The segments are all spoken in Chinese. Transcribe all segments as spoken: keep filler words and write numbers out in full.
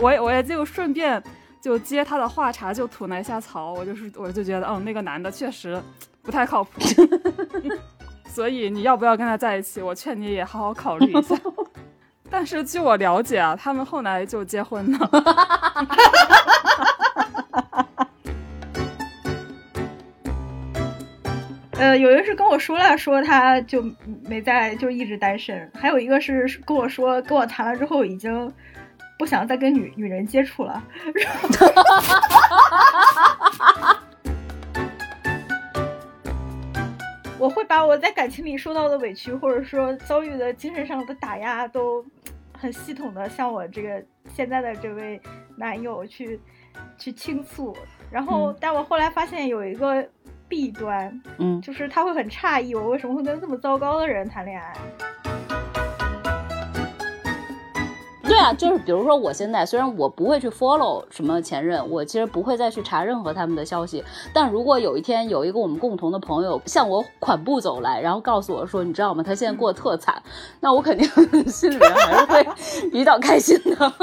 我也我也就顺便就接他的话茬，就吐了一下槽。我就是我就觉得，嗯，那个男的确实不太靠谱，所以你要不要跟他在一起？我劝你也好好考虑一下。但是据我了解啊，他们后来就结婚了。 呃，有一个是跟我说了，说他就没在，就一直单身；还有一个是跟我说，跟我谈了之后已经不想再跟女女人接触了。我会把我在感情里受到的委屈，或者说遭遇的精神上的打压，都很系统的向我这个现在的这位男友去去倾诉。然后，嗯、但我后来发现有一个弊端，嗯，就是他会很诧异我为什么会跟这么糟糕的人谈恋爱。 对啊，就是比如说我现在虽然我不会去 follow 什么前任，我其实不会再去查任何他们的消息，但如果有一天有一个我们共同的朋友向我款步走来，然后告诉我说你知道吗，他现在过得特惨，那我肯定心里面还是会比较开心的。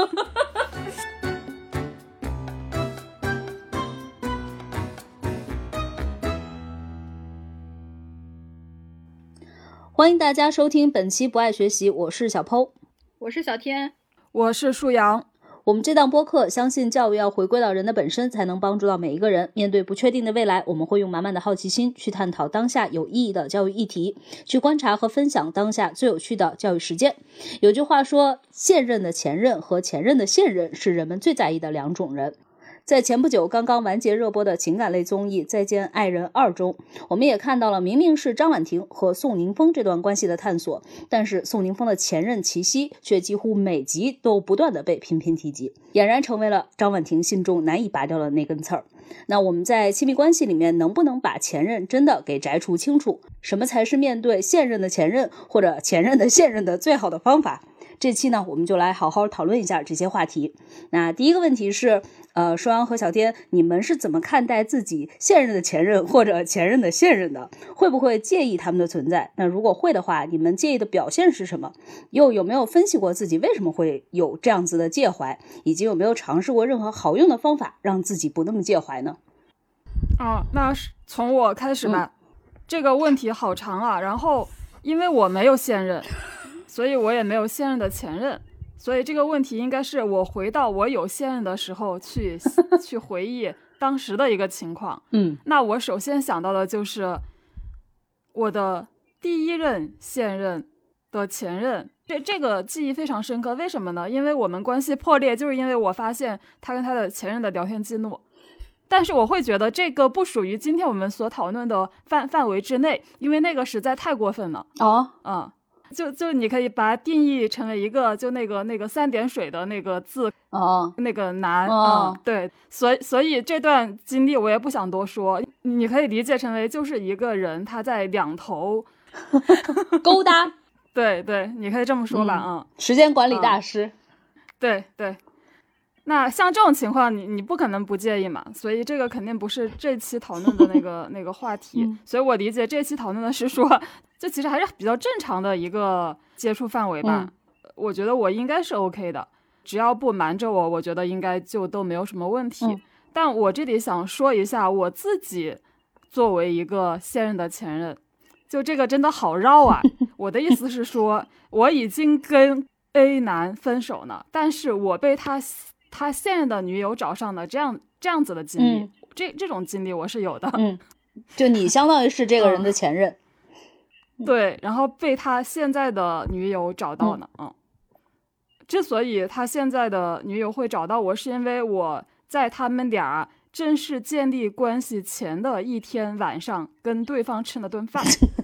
欢迎大家收听本期不爱学习，我是小 Po， 我是小天， 我是树阳。 我们这档播客相信教育要回归到人的本身，才能帮助到每一个人。面对不确定的未来，我们会用满满的好奇心去探讨当下有意义的教育议题，去观察和分享当下最有趣的教育实践。有句话说，现任的前任和前任的现任是人们最在意的两种人。在前不久刚刚完结热播的情感类综艺《再见爱人二》中，我们也看到了明明是张婉婷和宋宁峰这段关系的探索，但是宋宁峰的前任齐溪却几乎每集都不断的被频频提及，俨然成为了张婉婷心中难以拔掉的那根刺儿。那我们在亲密关系里面能不能把前任真的给摘除清楚？什么才是面对现任的前任或者前任的现任的最好的方法？这期呢，我们就来好好讨论一下这些话题。那第一个问题是，呃，舒阳和小天，你们是怎么看待自己现任的前任或者前任的现任的？会不会介意他们的存在？那如果会的话，你们介意的表现是什么？又有没有分析过自己为什么会有这样子的介怀？以及有没有尝试过任何好用的方法让自己不那么介怀呢？ 哦，那从我开始吧。嗯、这个问题好长啊。然后，因为我没有现任。所以我也没有现任的前任，所以这个问题应该是我回到我有现任的时候去去回忆当时的一个情况。 嗯， 那我首先想到的就是我的第一任现任的前任，这这个记忆非常深刻。为什么呢？因为我们关系破裂，就是因为我发现他跟他的前任的聊天记录。但是我会觉得这个不属于今天我们所讨论的范范围之内，因为那个实在太过分了。 哦， 嗯。就就你可以把它定义成为一个就那个那个三点水的那个字哦， 那个男哦、 嗯，对，所以所以这段经历我也不想多说，你可以理解成为就是一个人他在两头勾搭， 对对，你可以这么说吧，嗯， 嗯时间管理大师， 嗯、对对。那像这种情况你你不可能不介意嘛，所以这个肯定不是这期讨论的那个那个话题、嗯、所以我理解这期讨论的是说这其实还是比较正常的一个接触范围吧、嗯、我觉得我应该是 OK 的，只要不瞒着我我觉得应该就都没有什么问题、嗯、但我这里想说一下我自己作为一个现任的前任，就这个真的好绕啊我的意思是说我已经跟 A 男分手了，但是我被他他现任的女友找上的这样这样子的经历、嗯、这这种经历我是有的。 嗯，就你相当于是这个人的前任、 嗯、对，然后被他现在的女友找到了。 嗯, 嗯，之所以他现在的女友会找到我，是因为我在他们俩正式建立关系前的一天晚上跟对方吃了顿饭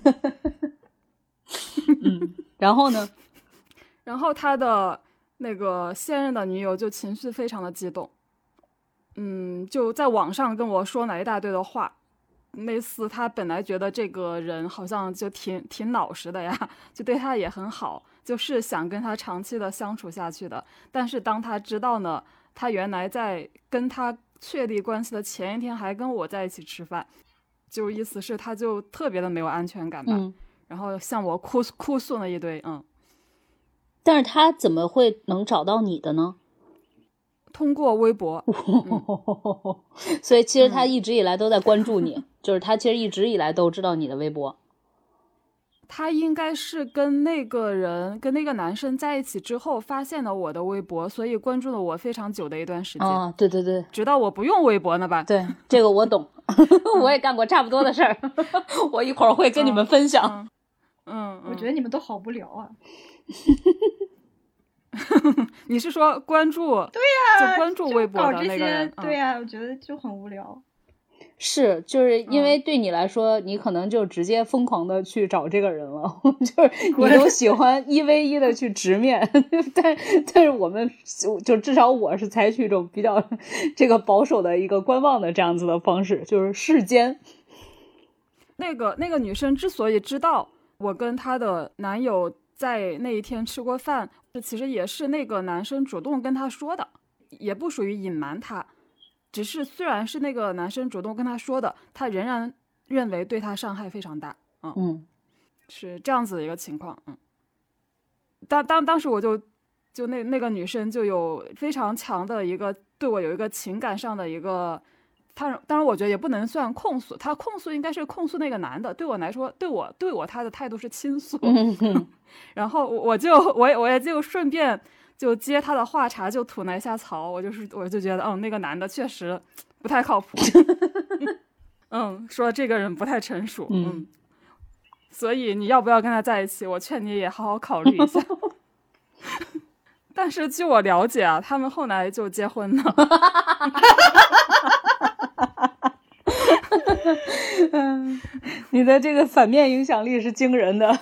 嗯，然后呢然后他的那个现任的女友就情绪非常的激动，嗯，就在网上跟我说了一大堆的话，类似他本来觉得这个人好像就挺挺老实的呀，就对他也很好，就是想跟他长期的相处下去的，但是当他知道呢，他原来在跟他确立关系的前一天还跟我在一起吃饭，就意思是他就特别的没有安全感吧、嗯、然后向我哭哭诉了一堆。嗯， 但是他怎么会能找到你的呢？ 通过微博、 嗯、所以其实他一直以来都在关注你、嗯、就是他其实一直以来都知道你的微博。 他应该是跟那个人跟那个男生在一起之后发现了我的微博，所以关注了我非常久的一段时间。 哦，对对对， 直到我不用微博呢吧。 对，这个我懂我也干过差不多的事儿我一会儿会跟你们分享。 嗯，嗯嗯我觉得你们都好无聊啊你是说关注？ 对呀、 啊，就关注微博的那个人。 对呀、啊嗯、我觉得就很无聊。 是，就是因为对你来说、嗯、你可能就直接疯狂的去找这个人了就是你都喜欢一 v 一的去直面但但是我们就至少我是采取一种比较这个保守的一个观望的这样子的方式，就是世间。 那个那个女生之所以知道我跟她的男友在那一天吃过饭，其实也是那个男生主动跟她说的，也不属于隐瞒她，只是虽然是那个男生主动跟他说的，他仍然认为对他伤害非常大。嗯嗯， 是这样子的一个情况。嗯，当当当时我就就那那个女生就有非常强的一个对我有一个情感上的一个，他当然我觉得也不能算控诉，他控诉应该是控诉那个男的，对我来说，对我对我他的态度是倾诉。 嗯然后我就我也我也就顺便。就接他的话茬，就吐了一下槽，我就是我就觉得，嗯，那个男的确实不太靠谱，嗯，说这个人不太成熟，嗯，嗯，所以你要不要跟他在一起？我劝你也好好考虑一下。但是据我了解啊，他们后来就结婚了。 嗯，你的这个反面影响力是惊人的。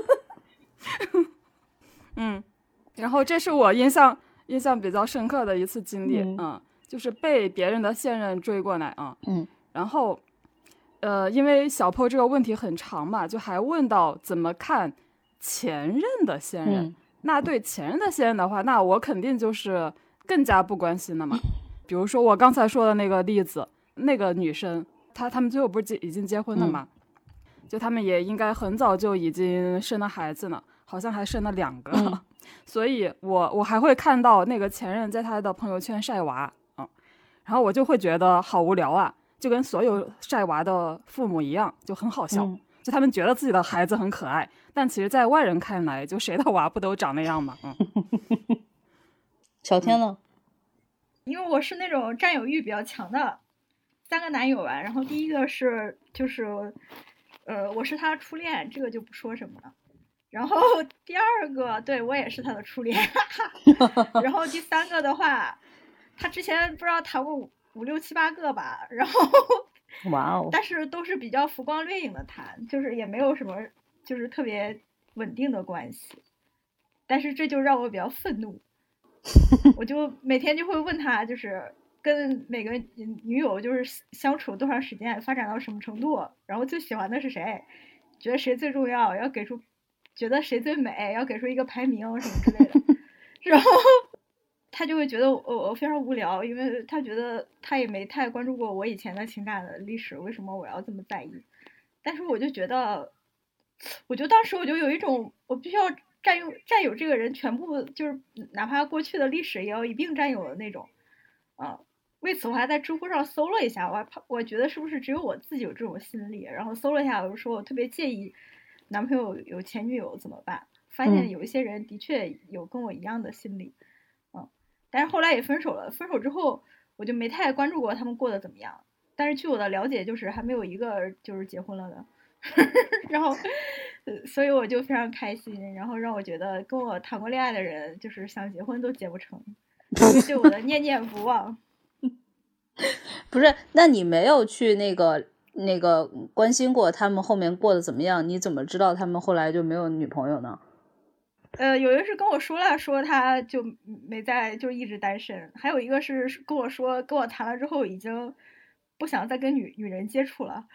嗯。然后这是我印象印象比较深刻的一次经历。嗯, 嗯，就是被别人的现任追过来啊。 嗯， 然后呃，因为小破这个问题很长嘛，就还问到怎么看前任的现任。嗯，那对前任的现任的话，那我肯定就是更加不关心了嘛。比如说我刚才说的那个例子，那个女生她他们最后不是已经结婚了嘛、嗯、就他们也应该很早就已经生了孩子呢，好像还生了两个。嗯，所以我我还会看到那个前任在他的朋友圈晒娃。嗯，然后我就会觉得好无聊啊，就跟所有晒娃的父母一样，就很好笑。嗯，就他们觉得自己的孩子很可爱，但其实在外人看来，就谁的娃不都长那样吗？嗯， 小天呢？ 因为我是那种占有欲比较强的，三个男友吧，然后第一个是就是呃我是他的初恋，这个就不说什么了。然后第二个，对，我也是他的初恋。然后第三个的话，他之前不知道谈过五五六七八个吧，然后哇哦， 但是都是比较浮光掠影的谈，就是也没有什么就是特别稳定的关系。但是这就让我比较愤怒，我就每天就会问他，就是跟每个女友就是相处多长时间，发展到什么程度，然后最喜欢的是谁，觉得谁最重要，要给出。觉得谁最美，要给出一个排名什么之类的，然后他就会觉得我我非常无聊，因为他觉得他也没太关注过我以前的情感的历史，为什么我要这么在意？但是我就觉得，我就当时我就有一种我必须要占有占有这个人全部，就是哪怕过去的历史也要一并占有的那种，啊。为此我还在知乎上搜了一下，我还怕我觉得是不是只有我自己有这种心理，然后搜了一下，我就说我特别介意。男朋友有前女友怎么办？发现有一些人的确有跟我一样的心理，嗯, 嗯，但是后来也分手了。分手之后，我就没太关注过他们过得怎么样。但是据我的了解，就是还没有一个就是结婚了的。然后，所以我就非常开心。然后让我觉得跟我谈过恋爱的人，就是想结婚都结不成，因为对我的念念不忘。 不是，那你没有去那个？那个关心过他们后面过得怎么样？你怎么知道他们后来就没有女朋友呢？ 呃，有一个是跟我说了，说他就没在，就一直单身。还有一个是跟我说，跟我谈了之后已经不想再跟女女人接触了。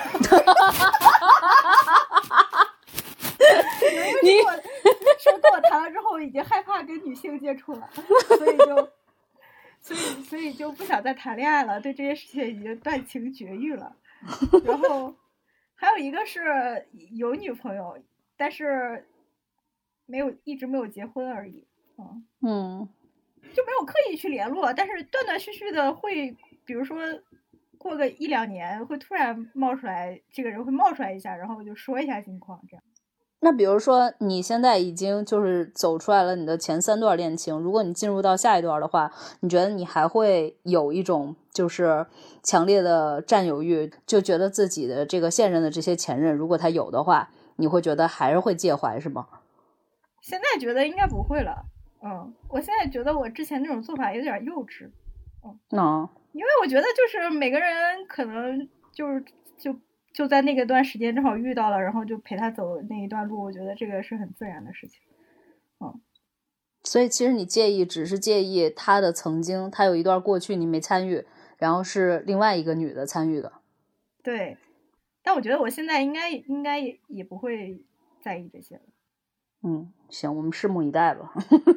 你说跟我谈了之后已经害怕跟女性接触了，所以就所以所以就不想再谈恋爱了，对这件事情已经断情绝育了。然后还有一个是有女朋友，但是没有一直没有结婚而已。嗯嗯， 就没有刻意去联络，但是断断续续的会，比如说过个一两年会突然冒出来，这个人会冒出来一下，然后就说一下近况这样。 那比如说你现在已经就是走出来了你的前三段恋情，如果你进入到下一段的话，你觉得你还会有一种就是强烈的占有欲，就觉得自己的这个现任的这些前任，如果他有的话，你会觉得还是会介怀是吗？ 现在觉得应该不会了。嗯，我现在觉得我之前那种做法有点幼稚。嗯， 嗯， 因为我觉得就是每个人可能就是就就在那个段时间正好遇到了，然后就陪他走那一段路，我觉得这个是很自然的事情。嗯， 所以其实你介意只是介意他的曾经，他有一段过去你没参与，然后是另外一个女的参与的。 对，但我觉得我现在应该应该也也不会在意这些了。嗯， 行，我们拭目以待吧。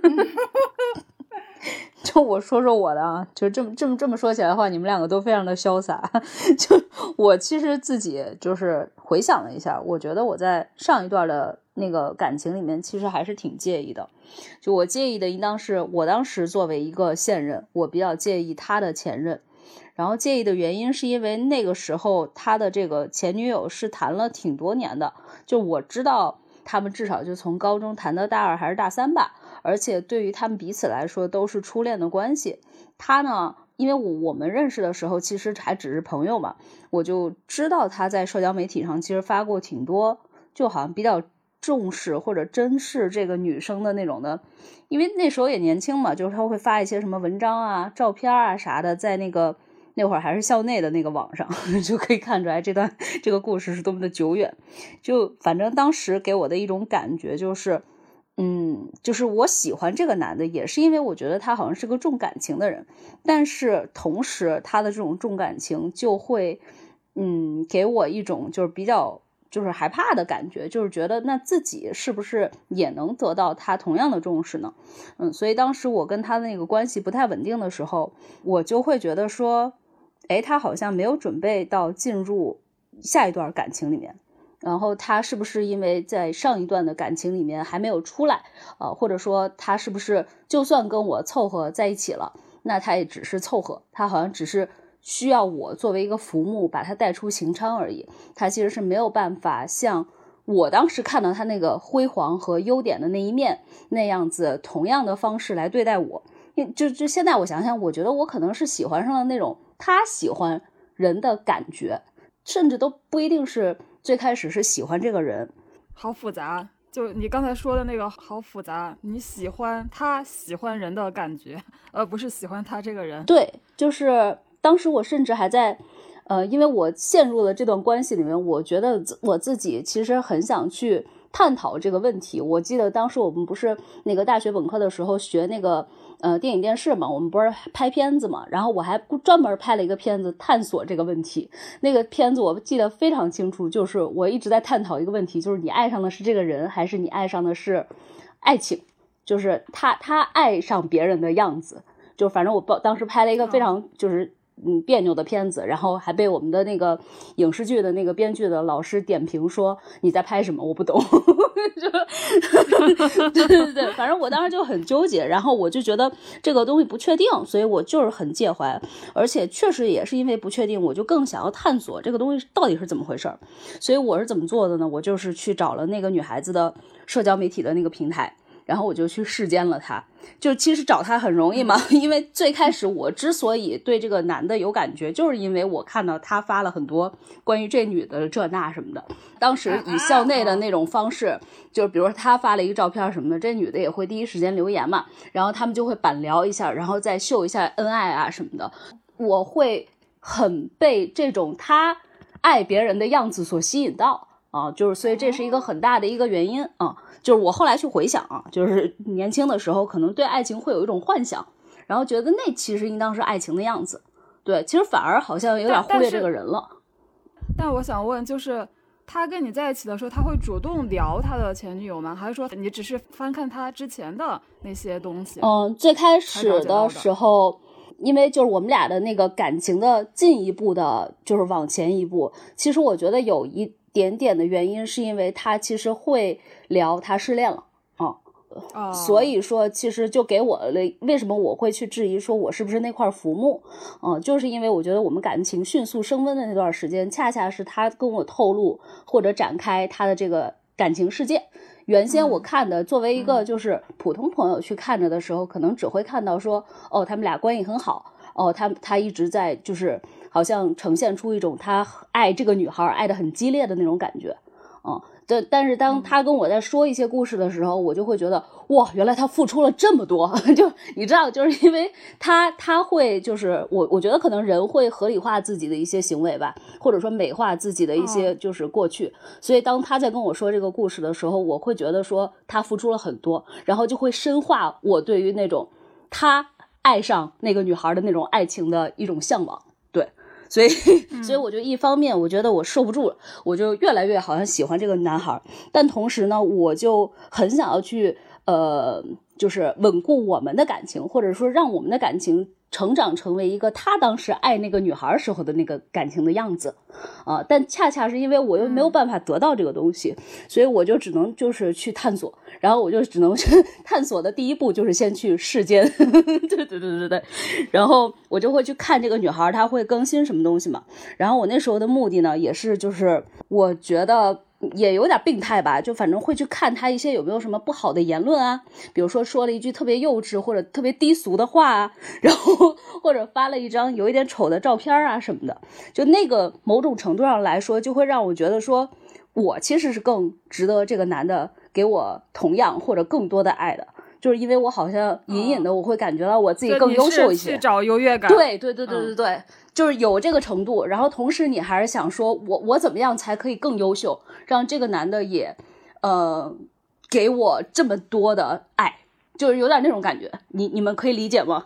就我说说我的啊，就这么这么这么说起来的话，你们两个都非常的潇洒。就我其实自己就是回想了一下，我觉得我在上一段的那个感情里面，其实还是挺介意的。就我介意的应当是我当时作为一个现任，我比较介意他的前任。然后介意的原因是因为那个时候他的这个前女友是谈了挺多年的，就我知道他们至少就从高中谈到大二还是大三吧，而且对于他们彼此来说都是初恋的关系。他呢，因为我我们认识的时候其实还只是朋友嘛，我就知道他在社交媒体上其实发过挺多就好像比较重视或者珍视这个女生的那种的，因为那时候也年轻嘛，就是他会发一些什么文章啊照片啊啥的，在那个那会儿还是校内的那个网上就可以看出来这段这个故事是多么的久远。就反正当时给我的一种感觉就是嗯，就是我喜欢这个男的也是因为我觉得他好像是个重感情的人，但是同时他的这种重感情就会嗯给我一种就是比较就是害怕的感觉，就是觉得那自己是不是也能得到他同样的重视呢？嗯，所以当时我跟他的那个关系不太稳定的时候，我就会觉得说诶，他好像没有准备到进入下一段感情里面，然后他是不是因为在上一段的感情里面还没有出来啊、呃，或者说他是不是就算跟我凑合在一起了，那他也只是凑合，他好像只是需要我作为一个浮木把他带出情场而已，他其实是没有办法像我当时看到他那个辉煌和优点的那一面那样子同样的方式来对待我。就就现在我想想，我觉得我可能是喜欢上了那种他喜欢人的感觉，甚至都不一定是最开始是喜欢这个人。 好复杂，就你刚才说的那个好复杂，你喜欢他喜欢人的感觉，而不是喜欢他这个人。 对，就是当时我甚至还在呃，因为我陷入了这段关系里面，我觉得我自己其实很想去探讨这个问题。我记得当时我们不是那个大学本科的时候学那个呃电影电视嘛，我们不是拍片子嘛，然后我还专门拍了一个片子探索这个问题。那个片子我记得非常清楚，就是我一直在探讨一个问题，就是你爱上的是这个人，还是你爱上的是爱情，就是他他爱上别人的样子。就反正我当时拍了一个非常就是嗯别扭的片子，然后还被我们的那个影视剧的那个编剧的老师点评说你在拍什么我不懂就对对对，反正我当时就很纠结，然后我就觉得这个东西不确定，所以我就是很介怀，而且确实也是因为不确定，我就更想要探索这个东西到底是怎么回事。所以我是怎么做的呢？我就是去找了那个女孩子的社交媒体的那个平台，然后我就去视奸了他。就其实找他很容易嘛，因为最开始我之所以对这个男的有感觉，就是因为我看到他发了很多关于这女的这那什么的。当时以校内的那种方式，就是比如说他发了一个照片什么的，这女的也会第一时间留言嘛，然后他们就会板聊一下，然后再秀一下恩爱啊什么的。我会很被这种他爱别人的样子所吸引到啊，就是所以这是一个很大的一个原因啊。就是我后来去回想啊，就是年轻的时候可能对爱情会有一种幻想，然后觉得那其实应当是爱情的样子。对，其实反而好像有点忽略这个人了。 但, 但我想问，就是他跟你在一起的时候，他会主动聊他的前女友吗？还是说你只是翻看他之前的那些东西？ 嗯，最开始的时候，因为就是我们俩的那个感情的进一步的就是往前一步，其实我觉得有一点点的原因是因为他其实会聊他失恋了啊、嗯， 哦、所以说其实就给我了为什么我会去质疑说我是不是那块浮木，嗯、呃，就是因为我觉得我们感情迅速升温的那段时间，恰恰是他跟我透露或者展开他的这个感情世界。原先我看的作为一个就是普通朋友去看着的时候，可能只会看到说哦他们俩关系很好，哦他他一直在就是好像呈现出一种他爱这个女孩爱得很激烈的那种感觉，嗯，但但是当他跟我在说一些故事的时候，我就会觉得哇，原来他付出了这么多。就你知道，就是因为他他会就是我我觉得可能人会合理化自己的一些行为吧，或者说美化自己的一些就是过去，哦、所以当他在跟我说这个故事的时候，我会觉得说他付出了很多，然后就会深化我对于那种他爱上那个女孩的那种爱情的一种向往。对，所以所以我就一方面我觉得我受不住了，我就越来越好像喜欢这个男孩，但同时呢我就很想要去呃就是稳固我们的感情，或者说让我们的感情成长成为一个他当时爱那个女孩时候的那个感情的样子啊，但恰恰是因为我又没有办法得到这个东西，所以我就只能就是去探索，然后我就只能去探索的第一步就是先去世间对对对对对，然后我就会去看这个女孩她会更新什么东西嘛，然后我那时候的目的呢也是就是我觉得也有点病态吧，就反正会去看他一些有没有什么不好的言论啊，比如说说了一句特别幼稚或者特别低俗的话啊，然后或者发了一张有一点丑的照片啊什么的，就那个某种程度上来说就会让我觉得说我其实是更值得这个男的给我同样或者更多的爱的，就是因为我好像隐隐的我会感觉到我自己更优秀一些， 去找优越感。 对对对对对对、嗯，就是有这个程度，然后同时你还是想说我我怎么样才可以更优秀，让这个男的也呃给我这么多的爱，就是有点那种感觉，你你们可以理解吗？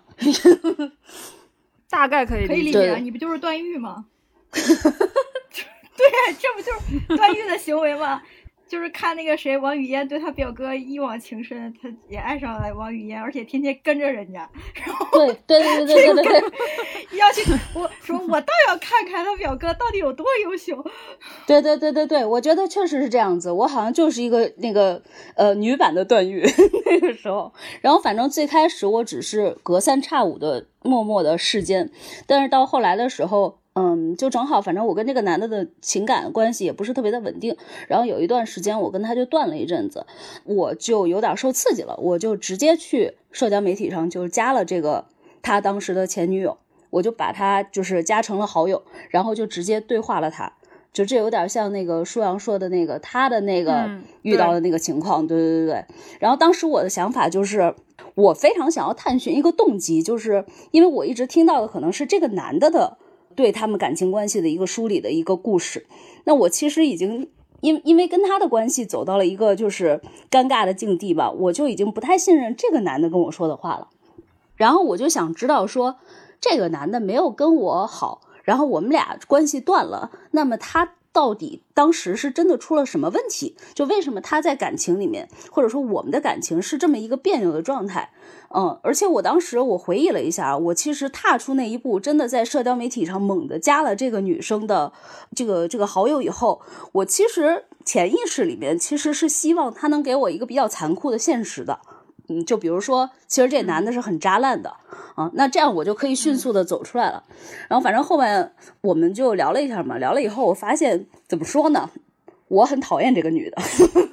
大概可以理解， 可以理解，你不就是段誉吗？对呀，这不就是段誉的行为吗？就是看那个谁王语嫣对他表哥一往情深，他也爱上了王语嫣，而且天天跟着人家，然后对对对对对对对，要去我说我倒要看看他表哥到底有多优秀。 对对对对对，我觉得确实是这样子，我好像就是一个那个呃女版的段誉那个时候，然后反正最开始我只是隔三差五的默默的视奸，但是到后来的时候。嗯，就正好，反正我跟这个男的的情感关系也不是特别的稳定，然后有一段时间我跟他就断了一阵子，我就有点受刺激了，我就直接去社交媒体上就加了这个他当时的前女友，我就把他就是加成了好友，然后就直接对话了他，就这有点像那个舒阳说的那个他的那个遇到的那个情况、嗯、对对对对。然后当时我的想法就是我非常想要探寻一个动机，就是因为我一直听到的可能是这个男的的对他们感情关系的一个梳理的一个故事，那我其实已经因因为跟他的关系走到了一个就是尴尬的境地吧，我就已经不太信任这个男的跟我说的话了，然后我就想知道说这个男的没有跟我好，然后我们俩关系断了，那么他到底当时是真的出了什么问题，就为什么他在感情里面或者说我们的感情是这么一个别扭的状态。嗯，而且我当时我回忆了一下，我其实踏出那一步真的在社交媒体上猛地加了这个女生的这个这个好友以后，我其实潜意识里面其实是希望他能给我一个比较残酷的现实的。嗯，就比如说其实这男的是很渣烂的啊，那这样我就可以迅速的走出来了。然后反正后面我们就聊了一下嘛，聊了以后我发现怎么说呢，我很讨厌这个女的。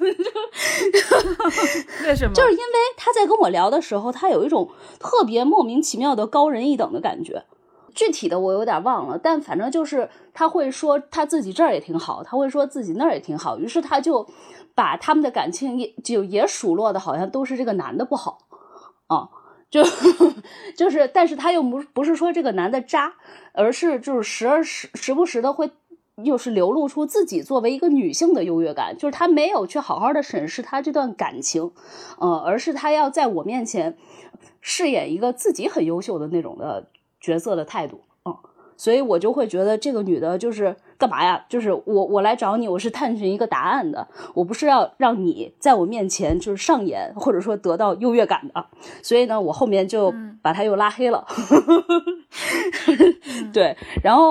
为什么？ 就是因为她在跟我聊的时候，她有一种特别莫名其妙的高人一等的感觉，具体的我有点忘了，但反正就是她会说她自己这儿也挺好，她会说自己那儿也挺好，于是她就把他们的感情也就也数落的好像都是这个男的不好啊，就就是，但是他又不不是说这个男的渣，而是就是时而时时不时的会又是流露出自己作为一个女性的优越感，就是他没有去好好的审视他这段感情，呃，而是他要在我面前饰演一个自己很优秀的那种的角色的态度，嗯，所以我就会觉得这个女的就是干嘛呀？就是我我来找你，我是探寻一个答案的，我不是要让你在我面前就是上演或者说得到优越感的，所以呢，我后面就把他又拉黑了，嗯、对，然后。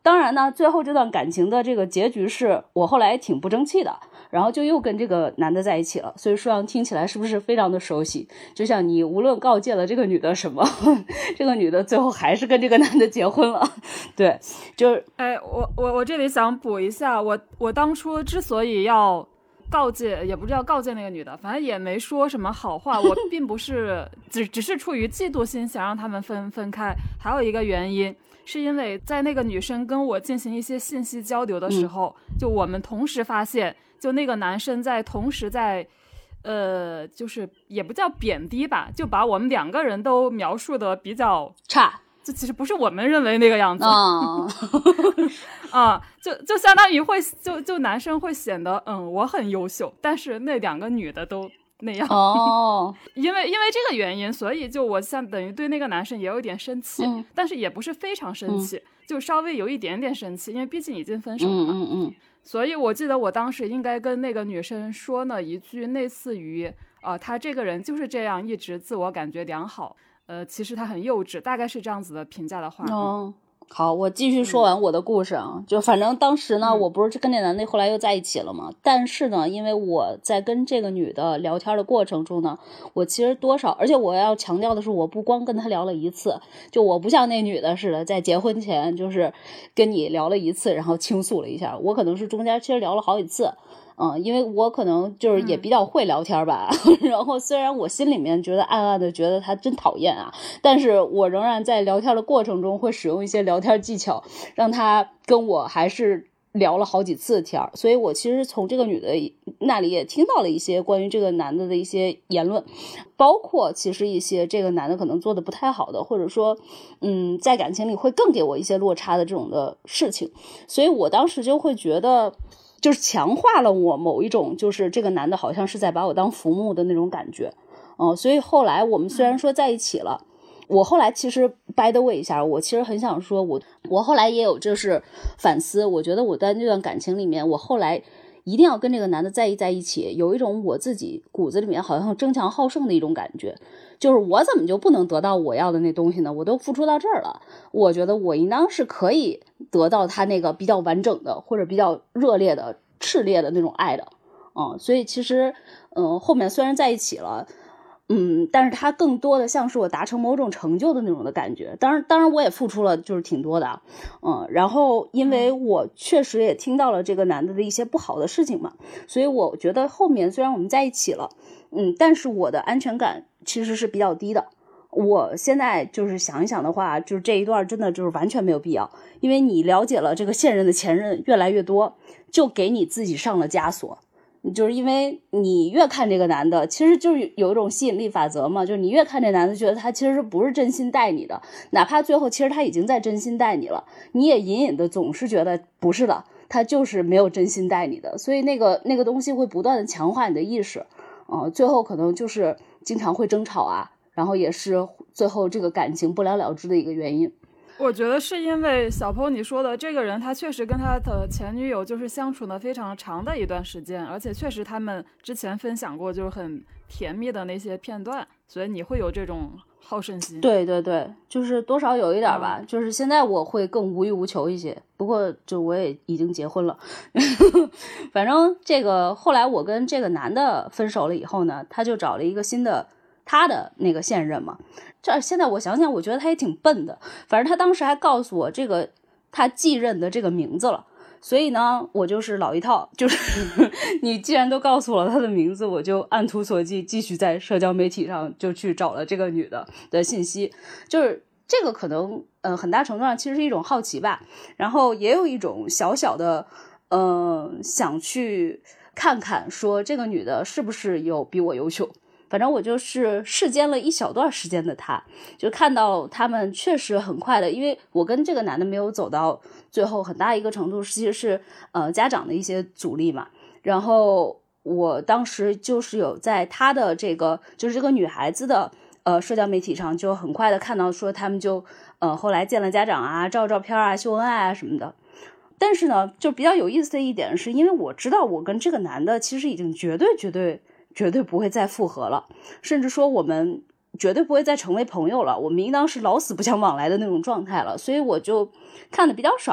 当然呢，最后这段感情的这个结局是我后来挺不争气的，然后就又跟这个男的在一起了。所以舒阳听起来是不是非常的熟悉？就像你无论告诫了这个女的什么，这个女的最后还是跟这个男的结婚了。对，就是哎，我我我这里想补一下，我我当初之所以要告诫，也不是要告诫那个女的，反正也没说什么好话，我并不是只只是出于嫉妒心想让他们分分开，还有一个原因是因为在那个女生跟我进行一些信息交流的时候，嗯、就我们同时发现，就那个男生在同时在。呃，就是也不叫贬低吧，就把我们两个人都描述的比较差， 这其实不是我们认为那个样子啊， 啊，就就相当于会就就男生会显得嗯我很优秀，但是那两个女的都那样哦， 因为因为这个原因，所以就我像等于对那个男生也有一点生气， 嗯、 但是也不是非常生气，嗯、就稍微有一点点生气，因为毕竟已经分手了嘛。 嗯嗯嗯。 所以我记得我当时应该跟那个女生说了一句类似于呃，他这个人就是这样，一直自我感觉良好，呃，其实他很幼稚，大概是这样子的评价的话。 哦，好，我继续说完我的故事啊，嗯、就反正当时呢，嗯、我不是跟那男的后来又在一起了嘛，但是呢，因为我在跟这个女的聊天的过程中呢，我其实多少，而且我要强调的是，我不光跟她聊了一次，就我不像那女的似的，在结婚前就是跟你聊了一次，然后倾诉了一下，我可能是中间其实聊了好几次。嗯，因为我可能就是也比较会聊天吧，嗯、然后虽然我心里面觉得暗暗的觉得他真讨厌啊，但是我仍然在聊天的过程中会使用一些聊天技巧，让他跟我还是聊了好几次天，所以我其实从这个女的那里也听到了一些关于这个男的的一些言论，包括其实一些这个男的可能做的不太好的，或者说嗯，在感情里会更给我一些落差的这种的事情，所以我当时就会觉得就是强化了我某一种就是这个男的好像是在把我当浮木的那种感觉，嗯、呃，所以后来我们虽然说在一起了，我后来其实 by the way 一下，我其实很想说我我后来也有就是反思，我觉得我在那段感情里面，我后来一定要跟这个男的在一在一起，有一种我自己骨子里面好像争强好胜的一种感觉，就是我怎么就不能得到我要的那东西呢？我都付出到这儿了，我觉得我应当是可以得到他那个比较完整的或者比较热烈的炽烈的那种爱的，嗯，所以其实嗯后面虽然在一起了，嗯，但是他更多的像是我达成某种成就的那种的感觉，当然当然我也付出了就是挺多的，嗯，然后因为我确实也听到了这个男的的一些不好的事情嘛，所以我觉得后面虽然我们在一起了，嗯，但是我的安全感其实是比较低的。我现在就是想一想的话，就是这一段真的就是完全没有必要，因为你了解了这个现任的前任越来越多，就给你自己上了枷锁。就是因为你越看这个男的，其实就是有一种吸引力法则嘛，就是你越看这男的，觉得他其实不是真心待你的，哪怕最后其实他已经在真心待你了，你也隐隐的总是觉得不是的，他就是没有真心待你的，所以那个那个东西会不断的强化你的意识，呃，最后可能就是经常会争吵啊，然后也是最后这个感情不了了之的一个原因。 我觉得是因为小坡你说的这个人，他确实跟他的前女友就是相处的非常长的一段时间，而且确实他们之前分享过就是很甜蜜的那些片段，所以你会有这种好胜心。 对对对，就是多少有一点吧、嗯、就是现在我会更无欲无求一些，不过就我也已经结婚了反正这个后来我跟这个男的分手了以后呢，他就找了一个新的他的那个现任嘛，这现在我想想我觉得他也挺笨的，反正他当时还告诉我这个他继任的这个名字了，所以呢我就是老一套，就是你既然都告诉了他的名字，我就按图索骥继续在社交媒体上就去找了这个女的的信息，就是这个可能呃很大程度上其实是一种好奇吧，然后也有一种小小的呃想去看看说这个女的是不是有比我优秀，反正我就是视奸了一小段时间的他，就看到他们确实很快的，因为我跟这个男的没有走到最后，很大一个程度其实是呃家长的一些阻力嘛，然后我当时就是有在他的这个就是这个女孩子的呃社交媒体上就很快的看到说他们就呃后来见了家长啊，照照片啊，秀恩爱啊什么的。但是呢就比较有意思的一点是，因为我知道我跟这个男的其实已经绝对绝对绝对不会再复合了，甚至说我们绝对不会再成为朋友了，我们应当是老死不相往来的那种状态了，所以我就看的比较少。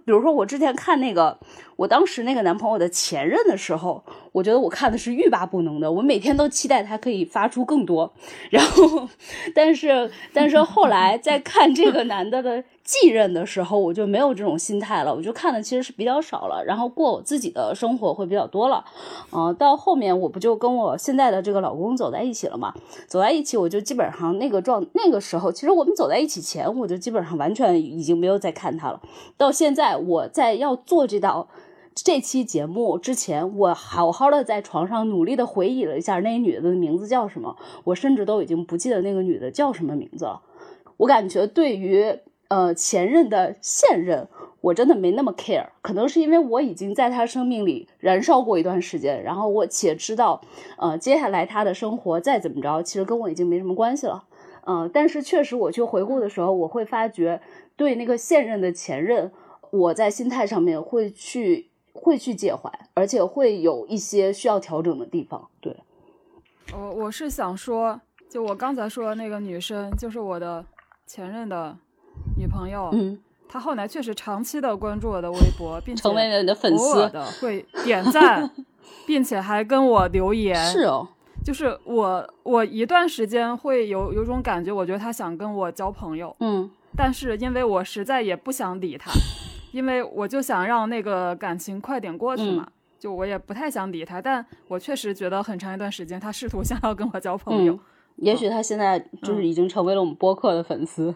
比如说我之前看那个我当时那个男朋友的前任的时候，我觉得我看的是欲罢不能的，我每天都期待他可以发出更多。然后但是但是后来在看这个男的的继任的时候，我就没有这种心态了，我就看的其实是比较少了，然后过我自己的生活会比较多了。呃，到后面我不就跟我现在的这个老公走在一起了嘛，走在一起我就基本上那个状那个时候，其实我们走在一起前我就基本上完全已经没有再看他了。到现在我在要做这道这期节目之前，我好好的在床上努力的回忆了一下那女的名字叫什么，我甚至都已经不记得那个女的叫什么名字了。我感觉对于呃前任的现任我真的没那么 care， 可能是因为我已经在他生命里燃烧过一段时间，然后我且知道呃接下来他的生活再怎么着其实跟我已经没什么关系了。呃但是确实我去回顾的时候，我会发觉对那个现任的前任，我在心态上面会去会去介怀，而且会有一些需要调整的地方。对， 我我是想说，就我刚才说的那个女生，就是我的前任的女朋友， 嗯， 她后来确实长期的关注我的微博，并且成为了你的粉丝， 偶尔的会点赞，并且还跟我留言。 是哦， 就是我我一段时间会有有种感觉，我觉得她想跟我交朋友， 嗯， 但是因为我实在也不想理她。因为我就想让那个感情快点过去嘛、嗯、就我也不太想理他，但我确实觉得很长一段时间他试图想要跟我交朋友、嗯、 也许他现在就是已经成为了我们播客的粉丝、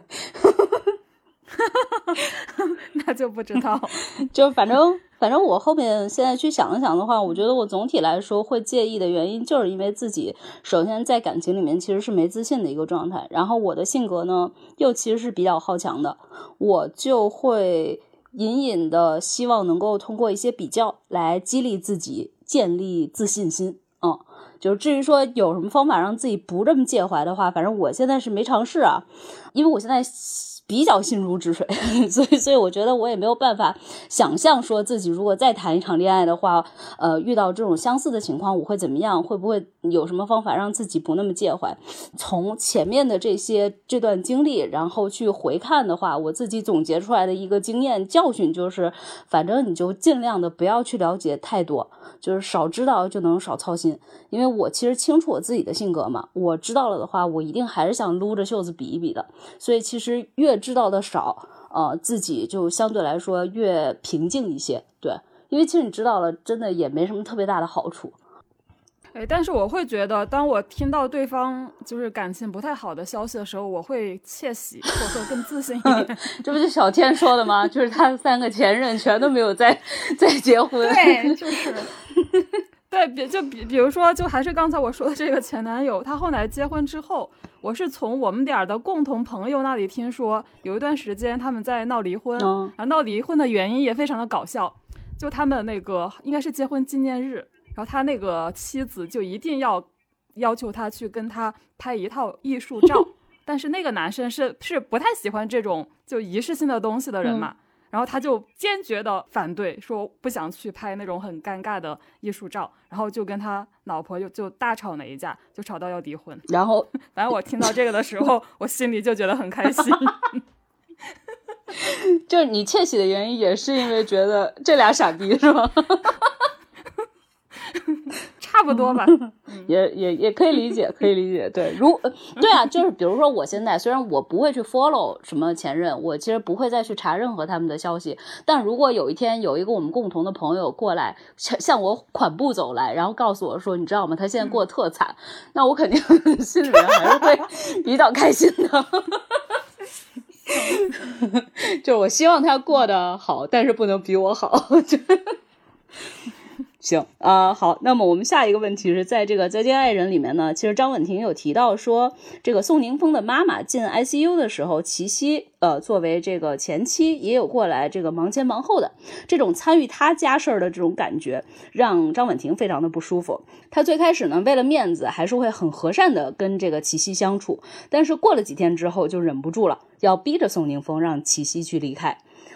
嗯、那就不知道就反正反正我后面现在去想一想的话，我觉得我总体来说会介意的原因就是因为自己首先在感情里面其实是没自信的一个状态，然后我的性格呢又其实是比较好强的，我就会隐隐的希望能够通过一些比较来激励自己，建立自信心。嗯，就是至于说有什么方法让自己不这么介怀的话，反正我现在是没尝试啊，因为我现在比较心如止水，所以所以我觉得我也没有办法想象说自己如果再谈一场恋爱的话，呃，遇到这种相似的情况我会怎么样，会不会有什么方法让自己不那么介怀。从前面的这些这段经历然后去回看的话，我自己总结出来的一个经验教训就是，反正你就尽量的不要去了解太多，就是少知道就能少操心。因为我其实清楚我自己的性格嘛，我知道了的话我一定还是想撸着袖子比一比的，所以其实越知道的少，呃，自己就相对来说越平静一些。对，因为其实你知道了真的也没什么特别大的好处。 哎，但是我会觉得当我听到对方就是感情不太好的消息的时候，我会窃喜或者说更自信一点这不是小天说的吗？就是他的三个前任全都没有再再结婚。 对，就是对，比就比比如说，就还是刚才我说的这个前男友，他后来结婚之后，我是从我们俩的共同朋友那里听说，有一段时间他们在闹离婚， 嗯、 然后闹离婚的原因也非常的搞笑，就他们那个应该是结婚纪念日，然后他那个妻子就一定要要求他去跟他拍一套艺术照，但是那个男生是是不太喜欢这种就仪式性的东西的人嘛。嗯，然后他就坚决的反对，说不想去拍那种很尴尬的艺术照，然后就跟他老婆就就大吵了一架，就吵到要离婚。 然后反正我听到这个的时候我心里就觉得很开心就是你窃喜的原因也是因为觉得这俩傻逼是吗？ 差不多吧， 嗯、也也也可以理解，可以理解。对，如对啊，就是比如说我现在虽然我不会去 follow 什么前任，我其实不会再去查任何他们的消息，但如果有一天有一个我们共同的朋友过来向我款步走来，然后告诉我说你知道吗，他现在过得特惨、嗯、那我肯定心里面还是会比较开心的就是我希望他过得好，但是不能比我好行啊、呃，好，那么我们下一个问题是在这个再见爱人里面呢，其实张婉婷有提到说，这个宋宁峰的妈妈进 I C U 的时候，齐溪呃作为这个前妻也有过来这个忙前忙后的这种参与他家事儿的这种感觉，让张婉婷非常的不舒服。她最开始呢为了面子还是会很和善的跟这个齐溪相处，但是过了几天之后就忍不住了，要逼着宋宁峰让齐溪去离开。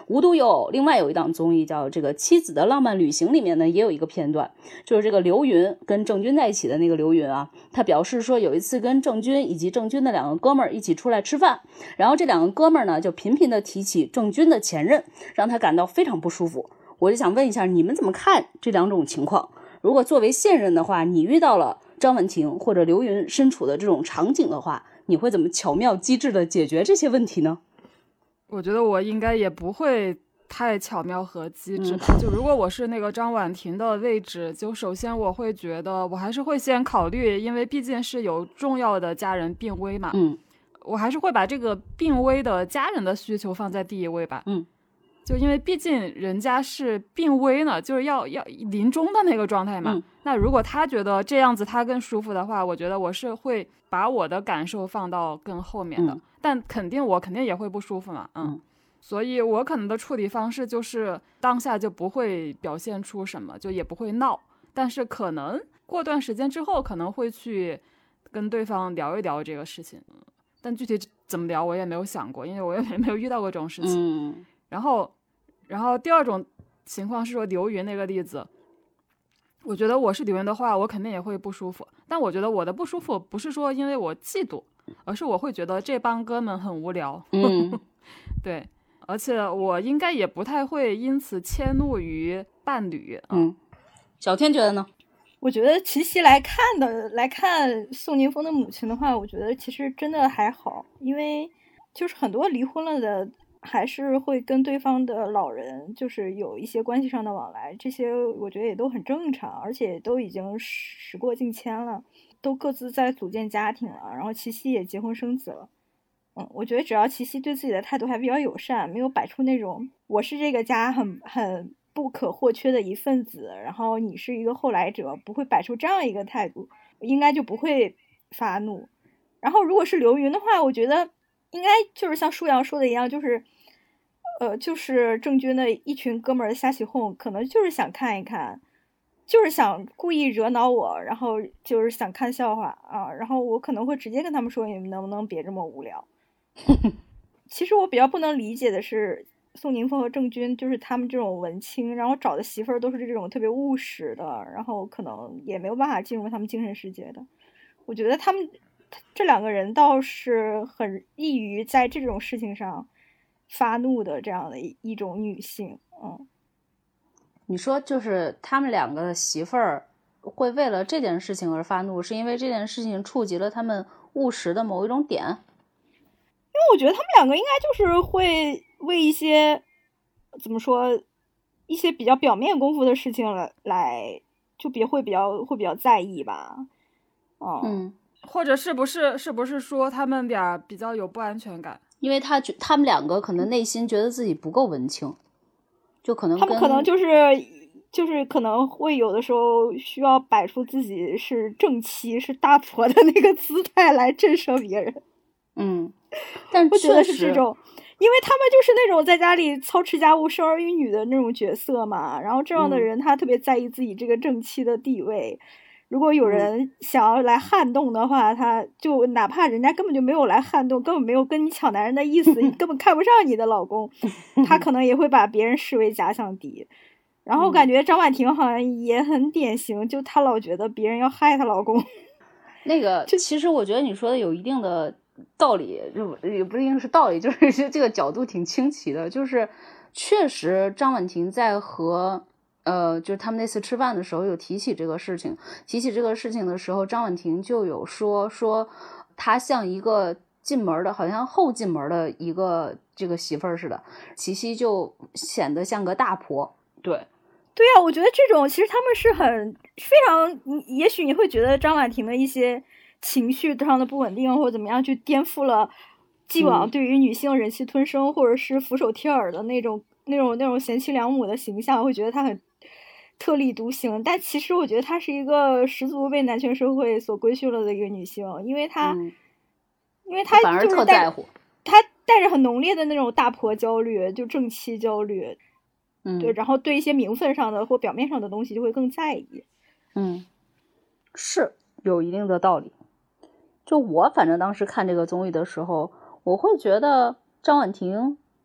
无独有偶，另外有一档综艺叫这个《妻子的浪漫旅行》，里面呢也有一个片段，就是这个刘云跟郑钧在一起的那个刘云啊，他表示说有一次跟郑钧以及郑钧的两个哥们儿一起出来吃饭，然后这两个哥们儿呢就频频的提起郑钧的前任，让他感到非常不舒服。我就想问一下，你们怎么看这两种情况？如果作为现任的话，你遇到了张婉婷或者刘云身处的这种场景的话，你会怎么巧妙机智的解决这些问题呢？ 我觉得我应该也不会太巧妙和机智吧、嗯、就如果我是那个张婉婷的位置，就首先我会觉得我还是会先考虑，因为毕竟是有重要的家人病危嘛， 嗯， 我还是会把这个病危的家人的需求放在第一位吧， 嗯， 就因为毕竟人家是病危呢，就是要要临终的那个状态嘛、 嗯、 那如果他觉得这样子他更舒服的话，我觉得我是会把我的感受放到更后面的、 嗯、 但肯定我肯定也会不舒服嘛，嗯，嗯所以我可能的处理方式就是当下就不会表现出什么，就也不会闹，但是可能过段时间之后可能会去跟对方聊一聊这个事情，但具体怎么聊我也没有想过，因为我也没有遇到过这种事情、 嗯、 然后然后第二种情况是说刘云那个例子，我觉得我是刘云的话我肯定也会不舒服，但我觉得我的不舒服不是说因为我嫉妒，而是我会觉得这帮哥们很无聊， 嗯对，而且我应该也不太会因此迁怒于伴侣。 嗯，小天觉得呢？ 我觉得齐溪来看的来看宋宁峰的母亲的话，我觉得其实真的还好，因为就是很多离婚了的还是会跟对方的老人就是有一些关系上的往来，这些我觉得也都很正常，而且都已经时过境迁了，都各自在组建家庭了，然后齐溪也结婚生子了。嗯，我觉得只要齐溪对自己的态度还比较友善，没有摆出那种我是这个家很很不可或缺的一份子，然后你是一个后来者，不会摆出这样一个态度，应该就不会发怒。然后如果是刘云的话，我觉得应该就是像舒阳说的一样，就是呃，就是郑钧的一群哥们儿瞎起哄，可能就是想看一看，就是想故意惹恼我，然后就是想看笑话啊，然后我可能会直接跟他们说，你们能不能别这么无聊。其实我比较不能理解的是宋宁峰和郑钧，就是他们这种文青，然后找的媳妇儿都是这种特别务实的，然后可能也没有办法进入他们精神世界的。我觉得他们这两个人倒是很易于在这种事情上发怒的这样的一种女性。嗯， 你说就是他们两个媳妇儿会为了这件事情而发怒，是因为这件事情触及了他们务实的某一种点？ 因为我觉得他们两个应该就是会为一些怎么说一些比较表面功夫的事情来来就别会比较会比较在意吧。哦、 嗯， 或者是不是是不是说他们俩比较有不安全感？ 因为他觉他们两个可能内心觉得自己不够文青，就可能他们可能就是就是可能会有的时候需要摆出自己是正妻是大婆的那个姿态来震慑别人。 嗯，但我觉得是这种，因为他们就是那种在家里操持家务生儿育女的那种角色嘛，然后这样的人他特别在意自己这个正妻的地位、嗯、如果有人想要来撼动的话，他就哪怕人家根本就没有来撼动，根本没有跟你抢男人的意思根本看不上你的老公他可能也会把别人视为假想敌。然后感觉张婉婷好像也很典型，就她老觉得别人要害她老公。 那个其实我觉得你说的有一定的道理，就也不一定是道理，就是这个角度挺清奇的。就是确实张婉婷在和呃，就是他们那次吃饭的时候有提起这个事情，提起这个事情的时候，张婉婷就有说说她像一个进门的，好像后进门的一个这个媳妇儿似的，齐溪就显得像个大婆。对对啊，我觉得这种其实他们是很非常，也许你会觉得张婉婷的一些情绪上的不稳定或者怎么样，去颠覆了既往对于女性忍气吞声、嗯、或者是俯首帖耳的那种那种那种贤妻良母的形象，会觉得她很特立独行。但其实我觉得她是一个十足被男权社会所规训了的一个女性，因为她、嗯、因为她反而特在乎， 她带着很浓烈的那种大婆焦虑，就正妻焦虑。 嗯， 对，然后对一些名分上的或表面上的东西就会更在意。 嗯，是有一定的道理。就我反正当时看这个综艺的时候，我会觉得张婉婷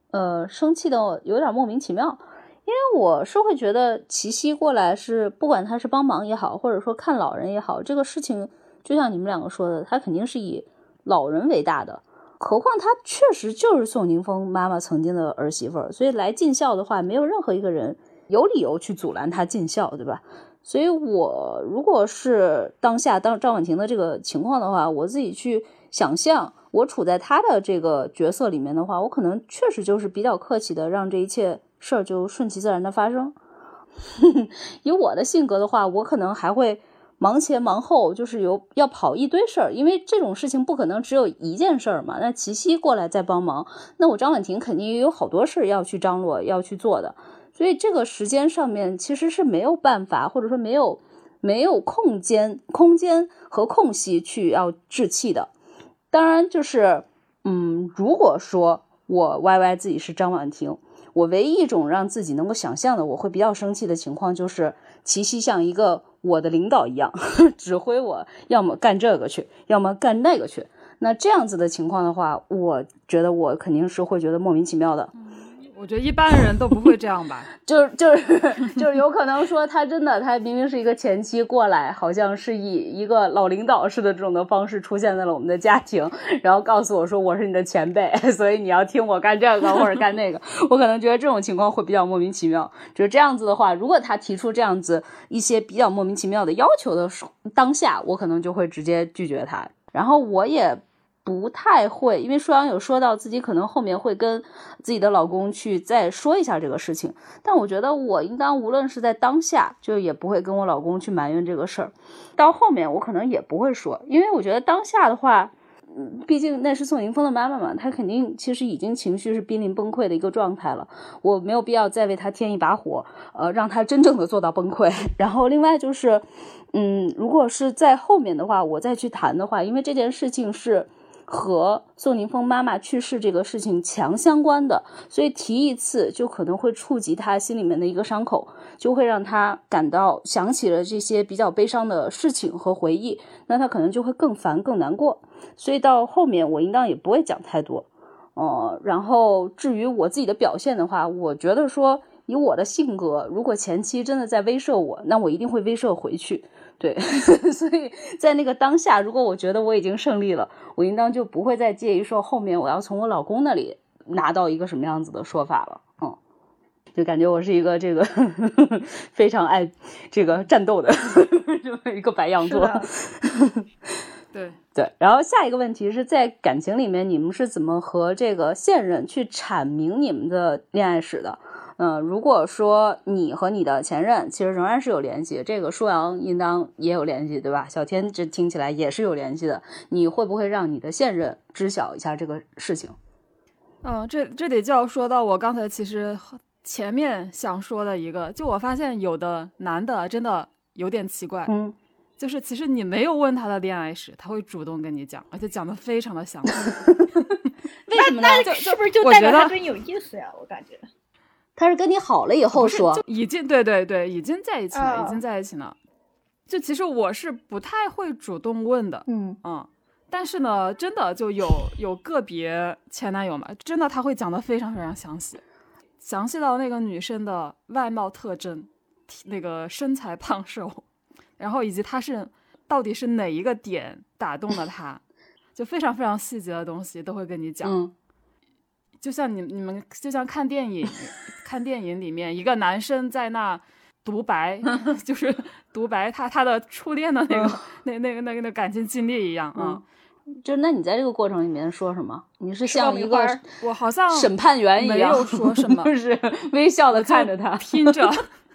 呃生气的有点莫名其妙。因为我是会觉得齐溪过来是不管他是帮忙也好，或者说看老人也好，这个事情就像你们两个说的，他肯定是以老人为大的，何况他确实就是宋宁峰妈妈曾经的儿媳妇儿，所以来尽孝的话没有任何一个人有理由去阻拦他尽孝，对吧？所以我如果是当下当张婉婷的这个情况的话，我自己去想象我处在他的这个角色里面的话，我可能确实就是比较客气的让这一切事儿就顺其自然的发生。以我的性格的话，我可能还会忙前忙后，就是有要跑一堆事儿，因为这种事情不可能只有一件事儿嘛。那齐溪过来再帮忙，那我张婉婷肯定也有好多事要去张罗要去做的，所以这个时间上面其实是没有办法，或者说没有没有空间空间和空隙去要置气的。当然就是嗯，如果说我歪歪自己是张婉婷，我唯一一种让自己能够想象的我会比较生气的情况，就是齐溪像一个我的领导一样指挥我要么干这个去，要么干那个去。那这样子的情况的话，我觉得我肯定是会觉得莫名其妙的。 我觉得一般人都不会这样吧。 就就是就是有可能说他真的他明明是一个前妻过来，好像是以一个老领导式的这种的方式出现在了我们的家庭，然后告诉我说我是你的前辈，所以你要听我干这个或者干那个。我可能觉得这种情况会比较莫名其妙。就是这样子的话，如果他提出这样子一些比较莫名其妙的要求的当下，我可能就会直接拒绝他。然后我也不太会，因为舒阳有说到自己可能后面会跟自己的老公去再说一下这个事情，但我觉得我应当无论是在当下就也不会跟我老公去埋怨这个事儿，到后面我可能也不会说，因为我觉得当下的话嗯，毕竟那是宋宁峰的妈妈嘛，她肯定其实已经情绪是濒临崩溃的一个状态了，我没有必要再为她添一把火，呃，让她真正的做到崩溃。然后另外就是嗯，如果是在后面的话我再去谈的话，因为这件事情是和宋宁峰妈妈去世这个事情强相关的，所以提一次就可能会触及他心里面的一个伤口，就会让他感到想起了这些比较悲伤的事情和回忆，那他可能就会更烦更难过，所以到后面我应当也不会讲太多。呃，然后至于我自己的表现的话，我觉得说以我的性格，如果前期真的在威慑我，那我一定会威慑回去。对所以在那个当下，如果我觉得我已经胜利了，我应当就不会再介意说后面我要从我老公那里拿到一个什么样子的说法了。嗯，就感觉我是一个这个非常爱这个战斗的这么一个白羊座。 对对，然后下一个问题是在感情里面你们是怎么和这个现任去阐明你们的恋爱史的？嗯，如果说你和你的前任其实仍然是有联系，这个舒阳应当也有联系，对吧？小天这听起来也是有联系的，你会不会让你的现任知晓一下这个事情？ 嗯，这这得就要说到我刚才其实前面想说的一个，就我发现有的男的真的有点奇怪， 嗯， 就是其实你没有问他的恋爱史，他会主动跟你讲，而且讲的非常的详细。 为什么呢？ 那是不是就代表他对你有意思呀？我感觉他是跟你好了以后说， 就已经对对对，已经在一起了， 哦、 已经在一起了。就其实我是不太会主动问的， 嗯嗯，但是呢，真的就有有个别前男友嘛，真的他会讲的非常非常详细，详细到那个女生的外貌特征，那个身材胖瘦，然后以及他是到底是哪一个点打动了他，就非常非常细节的东西都会跟你讲。 嗯， 就像你你们就像看电影看电影里面一个男生在那独白就是独白他他的初恋的那个、嗯、那那个那个那感情经历一样啊、 嗯。就那你在这个过程里面说什么？你是像一个我好像审判员一样， 没有说什么， 就是微笑的看着他拼着。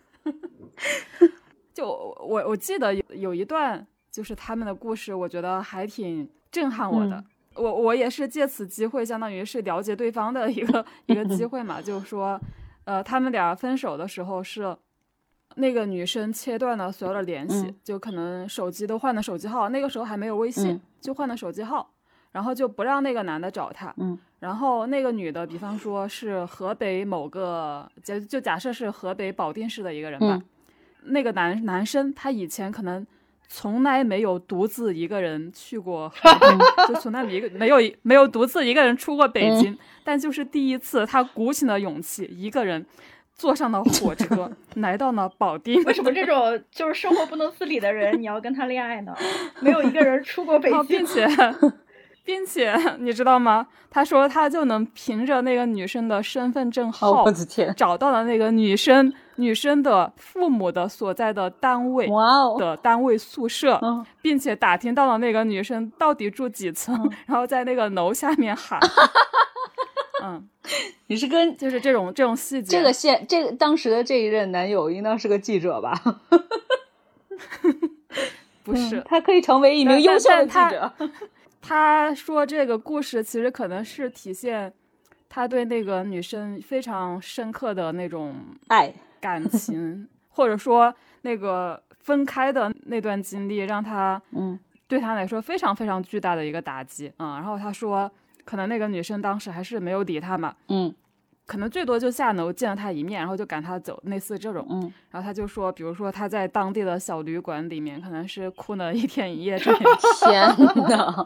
就我我记得有有一段就是他们的故事，我觉得还挺震撼我的。嗯我我也是借此机会，相当于是了解对方的一个一个机会嘛，就是说，呃，他们俩分手的时候是那个女生切断了所有的联系， 嗯、 就可能手机都换了手机号，那个时候还没有微信， 嗯、 就换了手机号，然后就不让那个男的找她， 嗯， 然后那个女的，比方说是河北某个，就就假设是河北保定市的一个人吧， 嗯、 那个男男生他以前可能从来没有独自一个人去过海北，就从来没一个没有没有独自一个人出过北京，嗯、但就是第一次，他鼓起了勇气，一个人坐上了火车，来到了保定。 为什么这种就是生活不能自理的人，你要跟他恋爱呢？没有一个人出过北京， 并且。并且你知道吗？他说他就能凭着那个女生的身份证号， 我的天， 找到了那个女生女生的父母的所在的单位的单位宿舍， 哦、 并且打听到了那个女生到底住几层，嗯、然后在那个楼下面喊。嗯， 你是跟就是这种这种细节。 这个现这个当时的这一任男友应当是个记者吧？ 不是、 嗯，他可以成为一名优秀的记者。 他说这个故事其实可能是体现他对那个女生非常深刻的那种爱感情，或者说那个分开的那段经历让他嗯对他来说非常非常巨大的一个打击啊、嗯。然后他说可能那个女生当时还是没有理他嘛， 嗯， 可能最多就下楼见了他一面，然后就赶他走，类似这种。 嗯， 然后他就说，比如说他在当地的小旅馆里面，可能是哭了一天一夜这样。 天哪！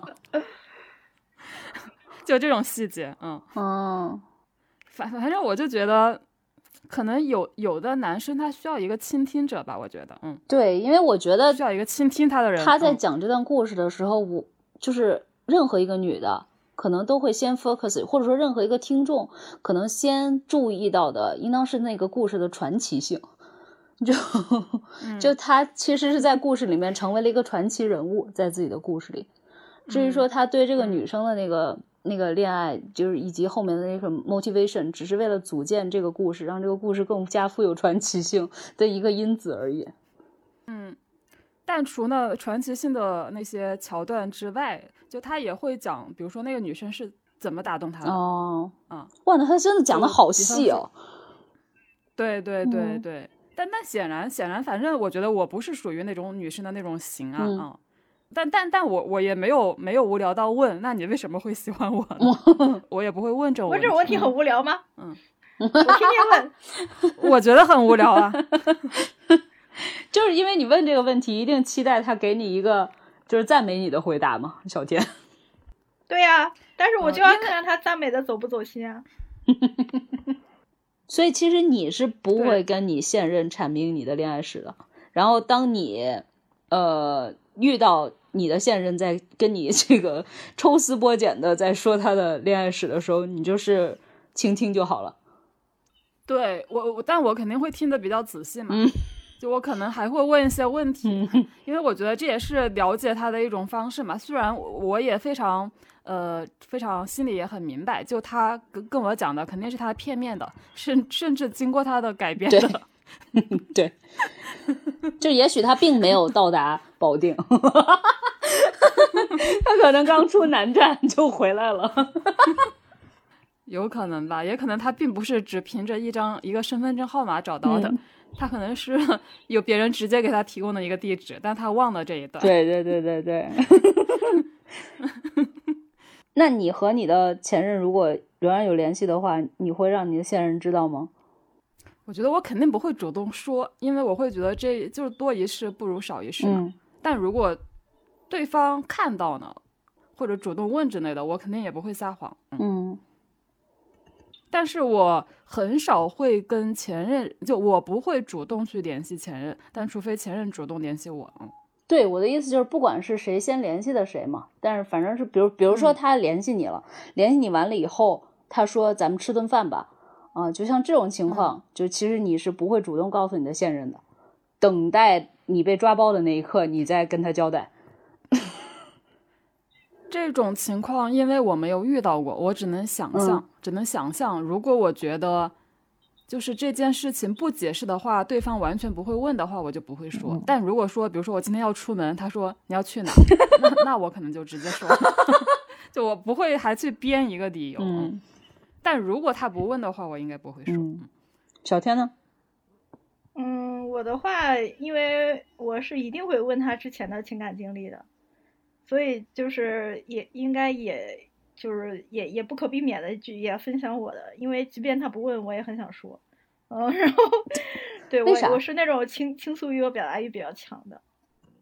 就这种细节，嗯嗯， 反反正我就觉得，可能有有的男生他需要一个倾听者吧，我觉得，嗯， 对，因为我觉得需要一个倾听他的人。 他在讲这段故事的时候，我、嗯、就是任何一个女的。可能都会先 focus， 或者说任何一个听众可能先注意到的应当是那个故事的传奇性，就、嗯、就他其实是在故事里面成为了一个传奇人物，在自己的故事里。至于说他对这个女生的那个、嗯、那个恋爱，就是以及后面的那个 motivation， 只是为了组建这个故事，让这个故事更加富有传奇性的一个因子而已。 嗯，但除了传奇性的那些桥段之外，就他也会讲，比如说那个女生是怎么打动他的。 哦， 啊、 嗯，哇，那他真的讲的好细哦。 对对对对，嗯、但但显然显然，反正我觉得我不是属于那种女生的那种型啊啊、 嗯嗯，但但但我我也没有没有无聊到问，那你为什么会喜欢我呢？我也不会问这种问题。 问这种问题很无聊吗？ 嗯， 我天天问，我觉得很无聊啊。 就是因为你问这个问题，一定期待他给你一个就是赞美你的回答嘛，小天。 对呀、啊，但是我就要看他赞美的走不走心啊。 所以其实你是不会跟你现任阐明你的恋爱史的，然后当你呃遇到你的现任在跟你这个抽丝剥茧的在说他的恋爱史的时候，你就是倾听就好了。 对我我但我肯定会听得比较仔细嘛。 嗯， 就我可能还会问一些问题、 嗯、 因为我觉得这也是了解他的一种方式嘛。虽然我也非常呃非常心里也很明白，就他跟跟我讲的肯定是他片面的，甚甚至经过他的改编的。 对，对就也许他并没有到达保定，他可能刚出南站就回来了。 有可能吧，也可能他并不是只凭着一张一个身份证号码找到的、嗯、他可能是有别人直接给他提供的一个地址，但他忘了这一段。 对对对对对。那你和你的前任如果仍然有联系的话，你会让你的现任知道吗？ 我觉得我肯定不会主动说，因为我会觉得这就是多一事不如少一事嘛、 嗯、 但如果对方看到呢，或者主动问之类的，我肯定也不会撒谎。嗯， 嗯， 但是我很少会跟前任，就我不会主动去联系前任，但除非前任主动联系我。嗯， 对，我的意思就是不管是谁先联系的谁嘛，但是反正是比如比如说他联系你了、嗯、联系你完了以后他说咱们吃顿饭吧啊、呃，就像这种情况、嗯、就其实你是不会主动告诉你的现任的，等待你被抓包的那一刻你再跟他交代。 这种情况因为我没有遇到过，我只能想象、嗯、只能想象如果我觉得就是这件事情不解释的话，对方完全不会问的话，我就不会说、嗯、但如果说比如说我今天要出门，他说你要去哪那, 那我可能就直接说就我不会还去编一个理由、 嗯、 但如果他不问的话，我应该不会说、 嗯、小天呢？ 嗯，我的话因为我是一定会问他之前的情感经历的，所以就是也应该也就是也也不可避免的也分享我的，因为即便他不问我也很想说。嗯，然后对我我是那种倾倾诉欲和表达欲比较强的。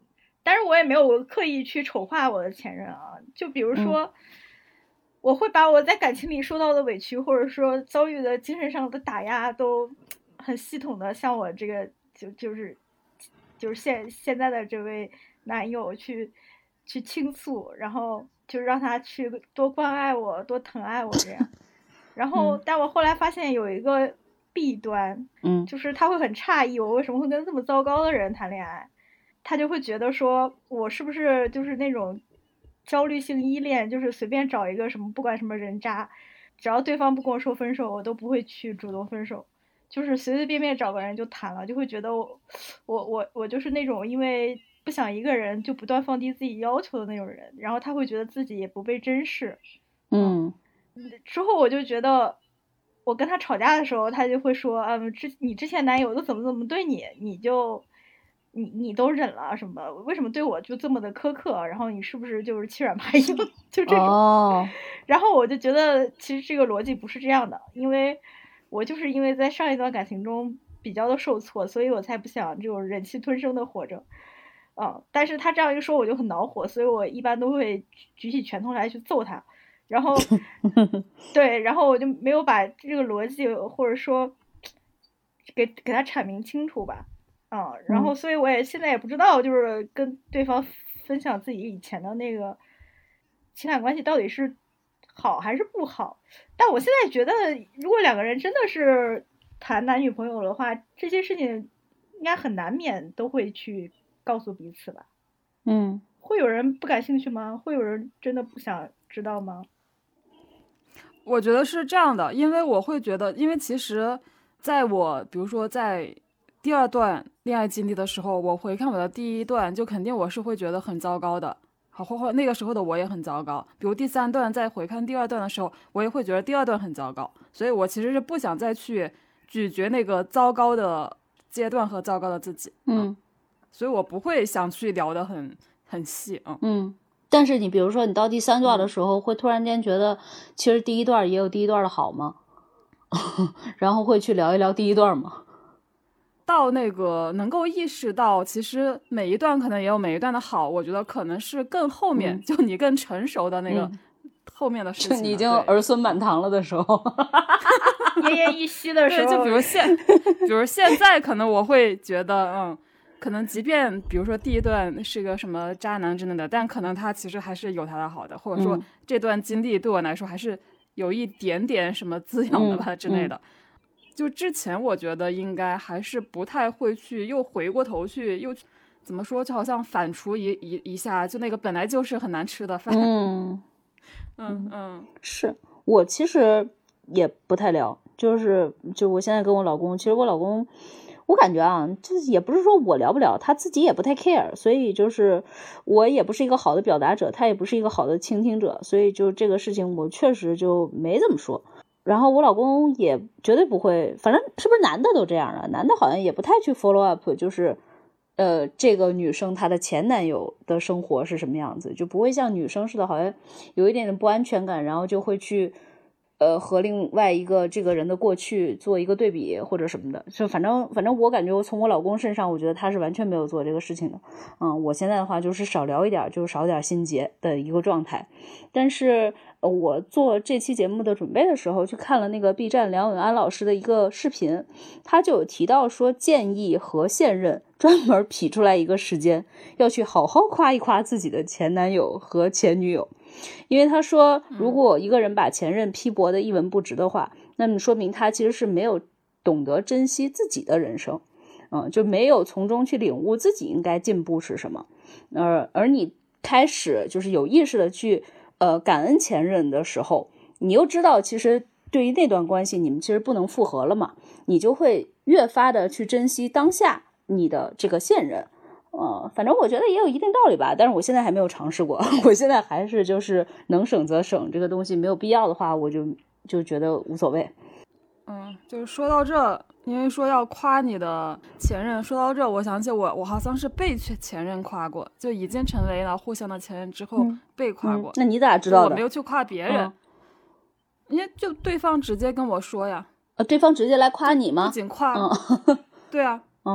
但是我也没有刻意去丑化我的前任啊，就比如说。嗯我会把我在感情里受到的委屈，或者说遭遇的精神上的打压，都很系统的向我这个就就是就是现现在的这位男友去去倾诉，然后就让他去多关爱我，多疼爱我这样。然后，但我后来发现有一个弊端， 嗯， 就是他会很诧异我为什么会跟这么糟糕的人谈恋爱，他就会觉得说我是不是就是那种。焦虑性依恋，就是随便找一个什么不管什么人渣，只要对方不跟我说分手，我都不会去主动分手，就是随随便便找个人就谈了，就会觉得我我我我就是那种因为不想一个人就不断放低自己要求的那种人，然后他会觉得自己也不被珍视。 嗯， 之后我就觉得我跟他吵架的时候，他就会说嗯之你之前男友都怎么怎么对你，你就你你都忍了什么？为什么对我就这么的苛刻？然后你是不是就是欺软怕硬？就这种。 哦。 然后我就觉得其实这个逻辑不是这样的，因为我就是因为在上一段感情中比较的受挫，所以我才不想这种忍气吞声的活着。嗯，但是他这样一说我就很恼火，所以我一般都会举起拳头来去揍他。然后对，然后我就没有把这个逻辑或者说给给他阐明清楚吧。嗯，然后所以我也现在也不知道，就是跟对方分享自己以前的那个情感关系到底是好还是不好。但我现在觉得，如果两个人真的是谈男女朋友的话，这些事情应该很难免都会去告诉彼此吧。 嗯， 会有人不感兴趣吗？会有人真的不想知道吗？ 我觉得是这样的，因为我会觉得，因为其实在我比如说在第二段恋爱经历的时候，我回看我的第一段，就肯定我是会觉得很糟糕的，好，或或那个时候的我也很糟糕。比如第三段再回看第二段的时候，我也会觉得第二段很糟糕，所以我其实是不想再去咀嚼那个糟糕的阶段和糟糕的自己。 嗯， 嗯，所以我不会想去聊得很很细。嗯嗯，但是你比如说你到第三段的时候，嗯、会突然间觉得其实第一段也有第一段的好吗？然后会去聊一聊第一段吗？ 到那个能够意识到其实每一段可能也有每一段的好，我觉得可能是更后面、嗯、就你更成熟的那个后面的事情、嗯、 你已经儿孙满堂了的时候奄奄一息的时候， 对，就比如现比如现在可能我会觉得嗯可能即便比如说第一段是个什么渣男之类的，但可能他其实还是有他的好的，或者说这段经历对我来说还是有一点点什么滋养的吧、嗯、之类的、嗯就之前我觉得应该还是不太会去又回过头去又怎么说，就好像反刍一一一下就那个本来就是很难吃的饭。 嗯嗯嗯， 是我其实也不太聊，就是就我现在跟我老公，其实我老公我感觉啊，就是也不是说我聊不了，他自己也不太 care， 所以就是我也不是一个好的表达者，他也不是一个好的倾听者，所以就这个事情我确实就没怎么说。然后我老公也绝对不会，反正是不是男的都这样啊？男的好像也不太去 follow up， 就是呃这个女生她的前男友的生活是什么样子，就不会像女生似的好像有一点点不安全感，然后就会去呃和另外一个这个人的过去做一个对比或者什么的。就反正反正我感觉我从我老公身上我觉得他是完全没有做这个事情的。嗯，我现在的话就是少聊一点，就少点心结的一个状态。但是我做这期节目的准备的时候去看了那个 B 站梁永安老师的一个视频，他就有提到说建议和现任专门劈出来一个时间要去好好夸一夸自己的前男友和前女友，因为他说如果一个人把前任批驳的一文不值的话，那么说明他其实是没有懂得珍惜自己的人生，嗯，就没有从中去领悟自己应该进步是什么，而而你开始就是有意识的去呃，感恩前任的时候，你又知道其实对于那段关系你们其实不能复合了嘛，你就会越发的去珍惜当下你的这个现任。呃，反正我觉得也有一定道理吧，但是我现在还没有尝试过，我现在还是就是能省则省，这个东西没有必要的话我就就觉得无所谓。 嗯，就是说到这，因为说要夸你的前任，说到这我想起我我好像是被前任夸过，就已经成为了互相的前任之后被夸过、 嗯嗯、那你咋知道的？ 我没有去夸别人、嗯、因为就对方直接跟我说呀。 呃，对方直接来夸你吗？ 不仅夸、 嗯、 对啊， 嗯，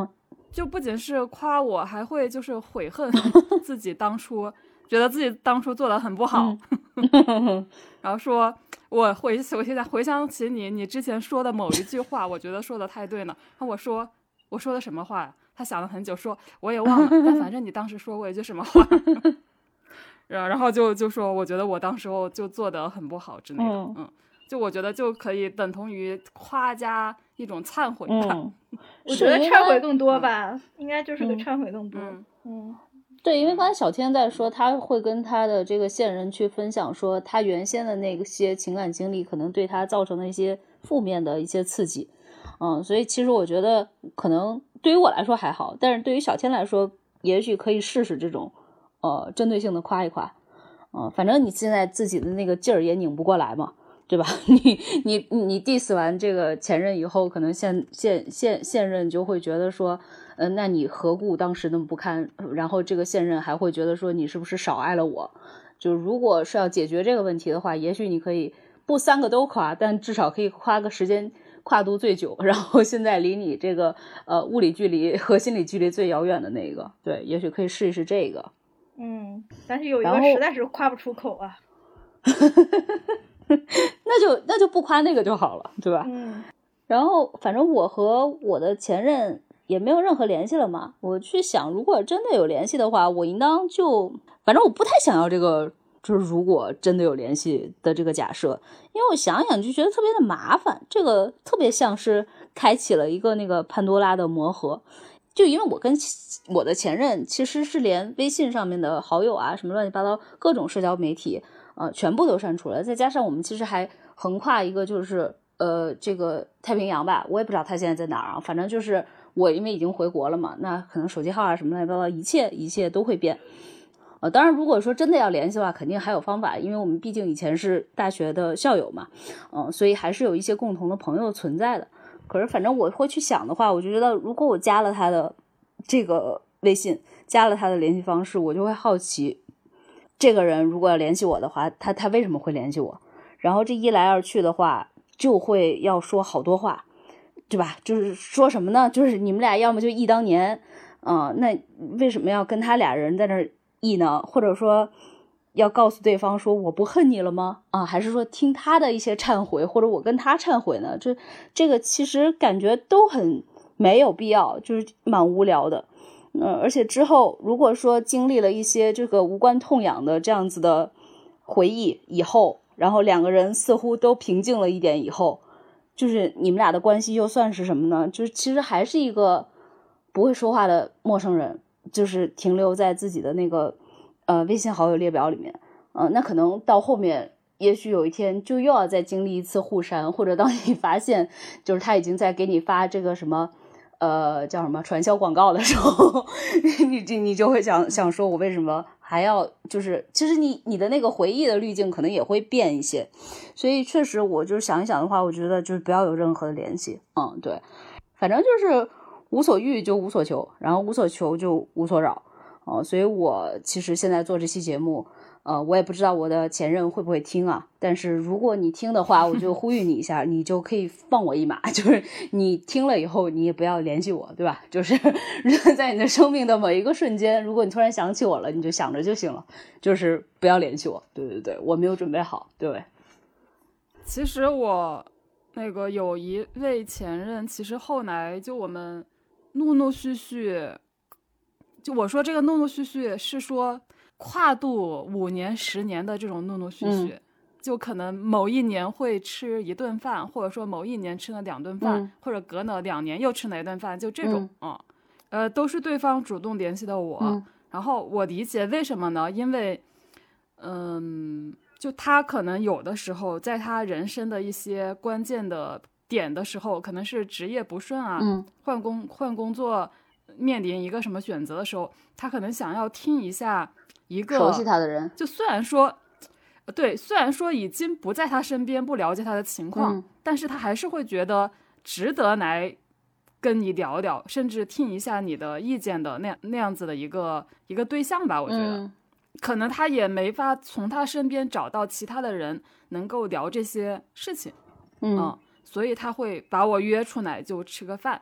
就不仅是夸我，还会就是悔恨自己当初觉得自己当初做的很不好，嗯、然后说我回我现在回想起你你之前说的某一句话，我觉得说的太对了。然后我说我说的什么话呀？他想了很久，说我也忘了，但反正你当时说过一句什么话，然后就就说我觉得我当时候就做的很不好之类的，嗯。嗯就我觉得就可以等同于夸加一种忏悔吧。 嗯， 我觉得忏悔更多吧，嗯、应该就是个忏悔更多。嗯，嗯对，因为刚才小天在说，他会跟他的这个现任去分享说，他原先的那些情感经历可能对他造成的一些负面的一些刺激。嗯，所以其实我觉得可能对于我来说还好，但是对于小天来说，也许可以试试这种呃针对性的夸一夸。嗯，反正你现在自己的那个劲儿也拧不过来嘛。对吧？你你你 diss 完这个前任以后，可能现现现现任就会觉得说，嗯、呃，那你何故当时那么不堪？然后这个现任还会觉得说，你是不是少爱了我？就如果是要解决这个问题的话，也许你可以不三个都夸，但至少可以夸个时间跨度最久，然后现在离你这个呃物理距离和心理距离最遥远的那个，对，也许可以试一试这个。 嗯，但是有一个实在是夸不出口啊。 那就那就不夸那个就好了，对吧？ 嗯。 然后反正我和我的前任也没有任何联系了嘛。我去想，如果真的有联系的话，我应当就，反正我不太想要这个，就是如果真的有联系的这个假设，因为我想想就觉得特别的麻烦，这个特别像是开启了一个那个潘多拉的魔盒。就因为我跟我的前任其实是连微信上面的好友啊，什么乱七八糟各种社交媒体。呃，全部都删除了，再加上我们其实还横跨一个就是呃这个太平洋吧，我也不知道他现在在哪儿啊，反正就是我因为已经回国了嘛，那可能手机号啊什么乱七八糟，一切一切都会变。呃，当然如果说真的要联系的话，肯定还有方法，因为我们毕竟以前是大学的校友嘛，嗯、呃，所以还是有一些共同的朋友存在的。可是反正我会去想的话，我就觉得如果我加了他的这个微信，加了他的联系方式，我就会好奇。这个人如果要联系我的话，他他为什么会联系我？然后这一来二去的话，就会要说好多话，对吧？就是说什么呢？就是你们俩要么就忆当年，嗯、呃，那为什么要跟他俩人在那儿忆呢？或者说要告诉对方说我不恨你了吗？啊，还是说听他的一些忏悔，或者我跟他忏悔呢？这这个其实感觉都很没有必要，就是蛮无聊的。嗯，而且之后如果说经历了一些这个无关痛痒的这样子的回忆以后，然后两个人似乎都平静了一点以后，就是你们俩的关系又算是什么呢？就是其实还是一个不会说话的陌生人，就是停留在自己的那个呃微信好友列表里面。嗯、呃，那可能到后面也许有一天就又要再经历一次互删，或者当你发现就是他已经在给你发这个什么呃，叫什么传销广告的时候，你你就会想想说，我为什么还要就是，其实你你的那个回忆的滤镜可能也会变一些，所以确实，我就是想一想的话，我觉得就是不要有任何的联系，嗯，对，反正就是无所欲就无所求，然后无所求就无所扰，哦、呃，所以我其实现在做这期节目。呃，我也不知道我的前任会不会听啊，但是如果你听的话，我就呼吁你一下，你就可以放我一马，就是你听了以后，你也不要联系我，对吧？就是在你的生命的某一个瞬间，如果你突然想起我了，你就想着就行了，就是不要联系我。对对对，我没有准备好，对。 其实我那个有一位前任，其实后来就我们陆陆续续，就我说这个陆陆续续是说。跨度五年十年的这种陆陆续续、嗯、就可能某一年会吃一顿饭，或者说某一年吃了两顿饭、嗯、或者隔了两年又吃了一顿饭，就这种、嗯、呃，都是对方主动联系的我、嗯、然后我理解为什么呢？因为嗯，就他可能有的时候在他人生的一些关键的点的时候，可能是职业不顺啊、嗯、换工换工作面临一个什么选择的时候，他可能想要听一下一个熟悉他的人， 就虽然说对虽然说已经不在他身边，不了解他的情况、嗯、但是他还是会觉得值得来跟你聊聊，甚至听一下你的意见的那那样子的一个一个对象吧。我觉得、嗯、可能他也没法从他身边找到其他的人能够聊这些事情， 嗯, 嗯，所以他会把我约出来就吃个饭，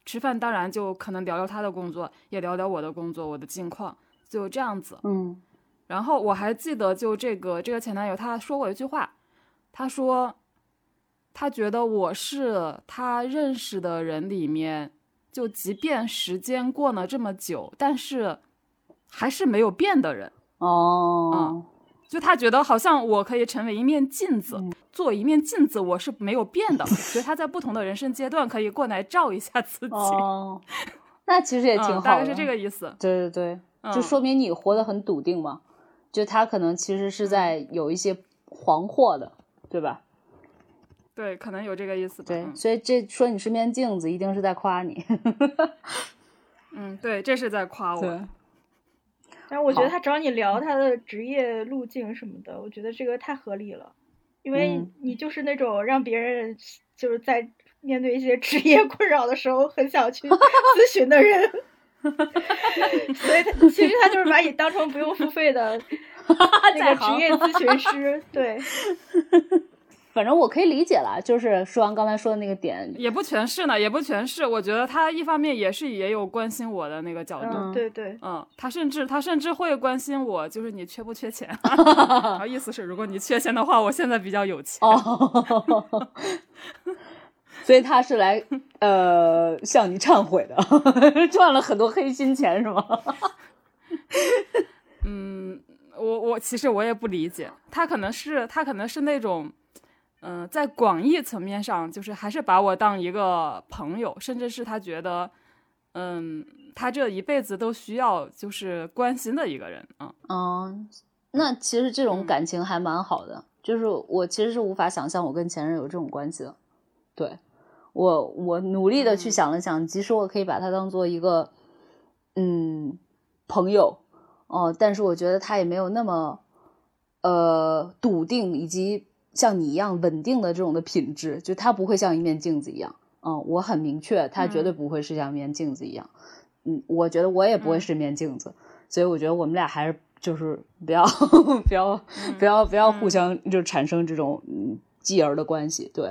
吃饭当然就可能聊聊他的工作，也聊聊我的工作，我的近况，就这样子。 嗯， 然后我还记得就这个这个前男友他说过一句话，他说他觉得我是他认识的人里面，就即便时间过了这么久，但是还是没有变的人。 哦， 嗯，就他觉得好像我可以成为一面镜子， 嗯、 做一面镜子，我是没有变的，所以他在不同的人生阶段可以过来照一下自己。 哦，那其实也挺好的、 嗯、大概是这个意思。 对对对，就说明你活得很笃定嘛。嗯、就他可能其实是在有一些惶惑的，嗯、对吧？ 对，可能有这个意思吧。 对， 嗯、 所以这说你是面镜子，一定是在夸你。 嗯，对，这是在夸我。 对。 但是我觉得他找你聊他的职业路径什么的，我觉得这个太合理了，因为你就是那种让别人就是在面对一些职业困扰的时候很想去咨询的人，所以他其实他就是把你当成不用付费的那个职业咨询师。对。 反正我可以理解了，就是说完刚才说的那个点， 也不全是呢，也不全是。我觉得他一方面也是也有关心我的那个角度， 嗯，对对， 嗯，他甚至他甚至会关心我，就是你缺不缺钱？然后意思是，如果你缺钱的话，我现在比较有钱。 哦，所以他是来呃向你忏悔的，赚了很多黑心钱是吗？ 嗯，我我其实我也不理解，他可能是他可能是那种。嗯、呃，在广义层面上，就是还是把我当一个朋友，甚至是他觉得，嗯，他这一辈子都需要就是关心的一个人啊。 嗯，那其实这种感情还蛮好的，嗯、就是我其实是无法想象我跟前任有这种关系的。对，我我努力的去想了想，嗯、即使我可以把他当做一个嗯朋友，哦、呃，但是我觉得他也没有那么呃笃定以及。像你一样稳定的这种的品质，就他不会像一面镜子一样，嗯，我很明确，他绝对不会是像一面镜子一样，嗯，我觉得我也不会是一面镜子，嗯、所以我觉得我们俩还是就是不要不要、嗯、不要不要互相就产生这种嗯继而的关系，对。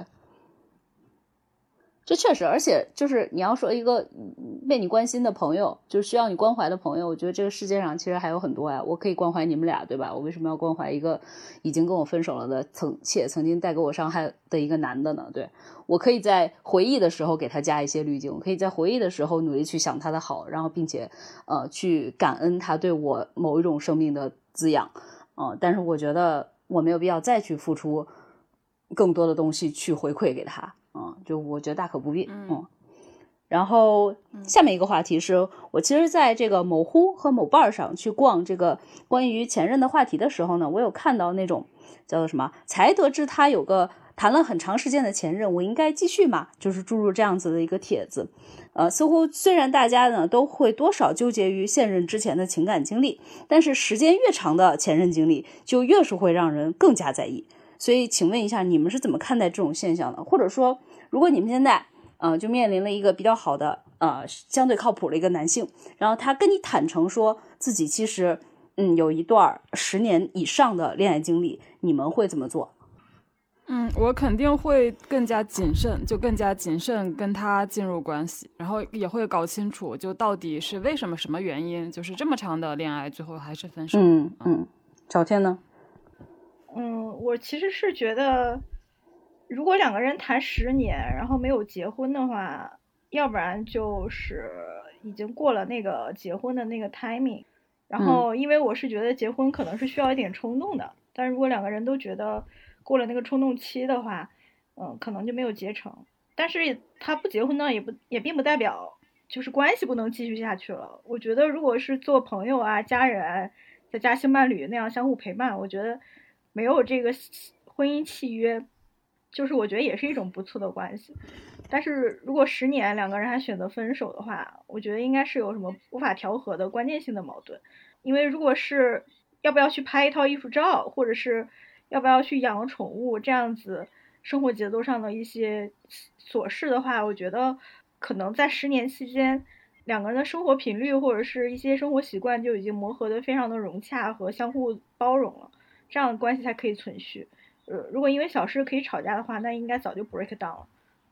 这确实，而且就是你要说一个被你关心的朋友，就是需要你关怀的朋友，我觉得这个世界上其实还有很多呀。我可以关怀你们俩，对吧？我为什么要关怀一个已经跟我分手了的曾且曾经带给我伤害的一个男的呢？对，我可以在回忆的时候给他加一些滤镜，我可以在回忆的时候努力去想他的好，然后并且呃去感恩他对我某一种生命的滋养，呃，但是我觉得我没有必要再去付出更多的东西去回馈给他。嗯，就我觉得大可不必。嗯，嗯然后下面一个话题是我其实在这个某乎和某瓣上去逛这个关于前任的话题的时候呢，我有看到那种叫做什么，才得知他有个谈了很长时间的前任，我应该继续吗？就是注入这样子的一个帖子。呃，似乎虽然大家呢都会多少纠结于现任之前的情感经历，但是时间越长的前任经历就越是会让人更加在意。所以请问一下，你们是怎么看待这种现象的？或者说如果你们现在呃就面临了一个比较好的呃相对靠谱的一个男性，然后他跟你坦诚说自己其实嗯有一段十年以上的恋爱经历，你们会怎么做？ 嗯，我肯定会更加谨慎，就更加谨慎跟他进入关系，然后也会搞清楚就到底是为什么什么原因，就是这么长的恋爱最后还是分手。 嗯嗯，小天呢？ 嗯，我其实是觉得，如果两个人谈十年，然后没有结婚的话，要不然就是已经过了那个结婚的那个 timing。然后，因为我是觉得结婚可能是需要一点冲动的，但是如果两个人都觉得过了那个冲动期的话，嗯，可能就没有结成。但是他不结婚呢，也不也并不代表就是关系不能继续下去了。我觉得如果是做朋友啊、家人，再加性伴侣那样相互陪伴，我觉得。没有这个婚姻契约，就是我觉得也是一种不错的关系。但是如果十年两个人还选择分手的话，我觉得应该是有什么无法调和的关键性的矛盾。因为如果是要不要去拍一套艺术照，或者是要不要去养宠物，这样子生活节奏上的一些琐事的话，我觉得可能在十年期间，两个人的生活频率或者是一些生活习惯就已经磨合得非常的融洽和相互包容了。这样的关系才可以存续。呃，如果因为小事可以吵架的话，那应该早就 break down 了。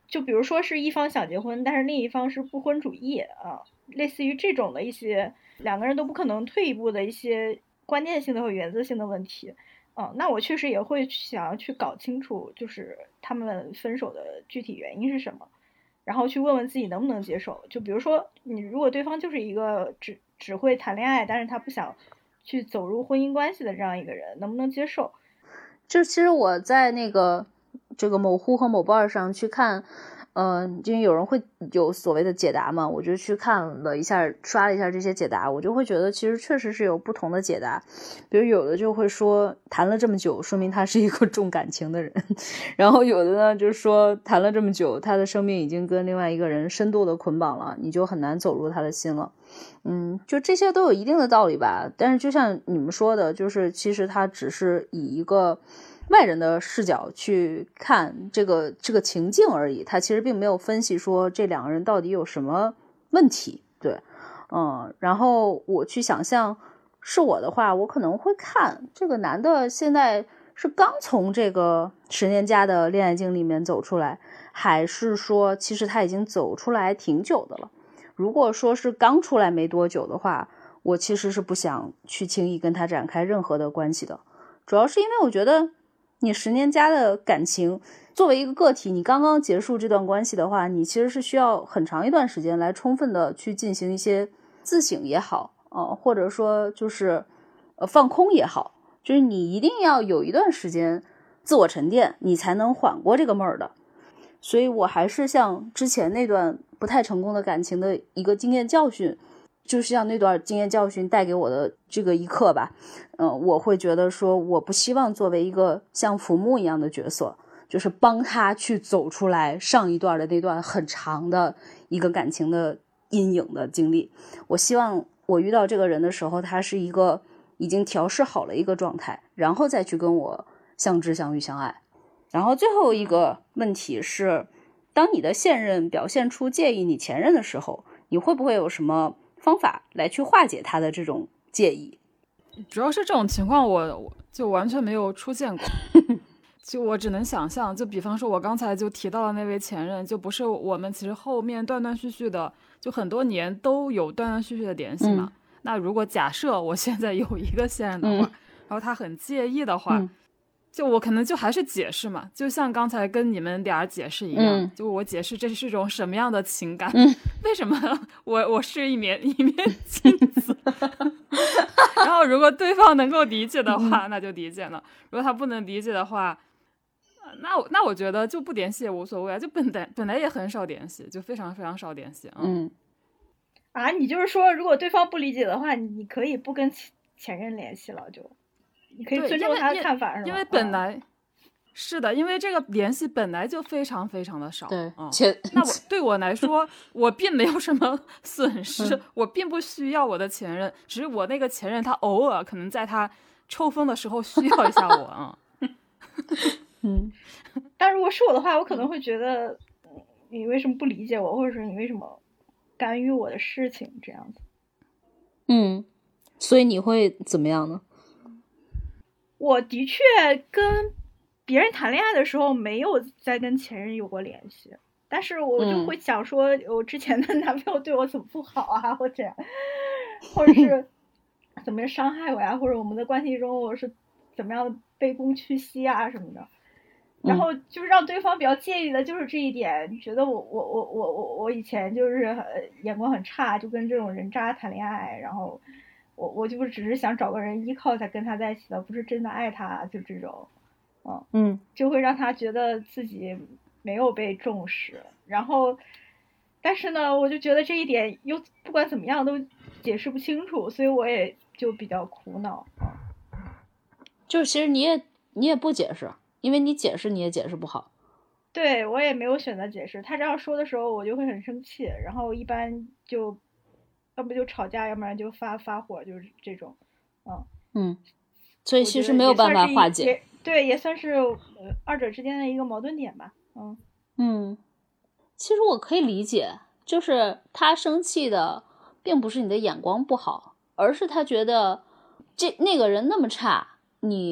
就比如说是一方想结婚，但是另一方是不婚主义啊，类似于这种的一些两个人都不可能退一步的一些关键性的和原则性的问题，嗯、啊，那我确实也会想要去搞清楚，就是他们分手的具体原因是什么，然后去问问自己能不能接受。就比如说，你如果对方就是一个只只会谈恋爱，但是他不想去走入婚姻关系的这样一个人，能不能接受？ 就其实我在那个这个某乎和某瓣上去看，嗯、呃，因为有人会有所谓的解答嘛，我就去看了一下，刷了一下这些解答，我就会觉得其实确实是有不同的解答。比如有的就会说谈了这么久，说明他是一个重感情的人，然后有的呢就是说谈了这么久，他的生命已经跟另外一个人深度的捆绑了，你就很难走入他的心了。嗯，就这些都有一定的道理吧，但是就像你们说的，就是其实他只是以一个外人的视角去看这个这个情境而已，他其实并没有分析说这两个人到底有什么问题。对，嗯，然后我去想象是我的话，我可能会看这个男的现在是刚从这个十年加的恋爱经历里面走出来，还是说其实他已经走出来挺久的了。如果说是刚出来没多久的话，我其实是不想去轻易跟他展开任何的关系的，主要是因为我觉得你十年加的感情作为一个个体，你刚刚结束这段关系的话，你其实是需要很长一段时间来充分的去进行一些自省也好，呃，或者说就是呃放空也好，就是你一定要有一段时间自我沉淀，你才能缓过这个闷儿的。所以我还是像之前那段不太成功的感情的一个经验教训，就是像那段经验教训带给我的这个一课吧。嗯、呃，我会觉得说我不希望作为一个像浮木一样的角色，就是帮他去走出来上一段的那段很长的一个感情的阴影的经历。我希望我遇到这个人的时候，他是一个已经调试好了一个状态，然后再去跟我相知相遇相爱。然后最后一个问题是，当你的现任表现出介意你前任的时候，你会不会有什么方法来去化解他的这种介意？ 主要是这种情况我我就完全没有出现过就我只能想象，就比方说我刚才就提到的那位前任，就不是我们其实后面断断续续的就很多年都有断断续续的联系嘛、嗯、那如果假设我现在有一个现任的话、嗯、然后他很介意的话、嗯，就我可能就还是解释嘛，就像刚才跟你们俩解释一样、嗯、就我解释这是种什么样的情感、嗯、为什么我我是一面一面镜子然后如果对方能够理解的话、嗯、那就理解了，如果他不能理解的话，那我那我觉得就不联系也无所谓啊，就本来本来也很少联系，就非常非常少联系。 嗯， 啊，你就是说如果对方不理解的话，你可以不跟前任联系了，就你可以尊重他的看法，是吧？ 因为本来、嗯、是的，因为这个联系本来就非常非常的少。 对， 嗯、那我对我来说，我并没有什么损失、嗯，我并不需要我的前任，只是我那个前任他偶尔可能在他抽风的时候需要一下我啊。 嗯， 但如果是我的话，我可能会觉得你为什么不理解我，或者是你为什么干预我的事情这样子。 嗯，所以你会怎么样呢？ 我的确跟别人谈恋爱的时候没有再跟前任有过联系，但是我就会想说我之前的男朋友对我怎么不好啊，或者或者是怎么伤害我呀，或者我们的关系中我是怎么样的卑躬屈膝啊什么的，然后就是让对方比较介意的就是这一点，觉得我我我我我我以前就是眼光很差，就跟这种人渣谈恋爱，然后我我就只是想找个人依靠才跟他在一起的，不是真的爱他，就这种，嗯嗯， 就会让他觉得自己没有被重视，然后但是呢，我就觉得这一点又不管怎么样都解释不清楚，所以我也就比较苦恼。 就是其实你也你也不解释，因为你解释你也解释不好。 对，我也没有选择解释，他这样说的时候我就会很生气，然后一般就要不就吵架，要不然就发发火，就是这种。嗯嗯，所以其实没有办法化解。 对，也算是呃二者之间的一个矛盾点吧。嗯嗯，其实我可以理解，就是他生气的并不是你的眼光不好，而是他觉得这那个人那么差，你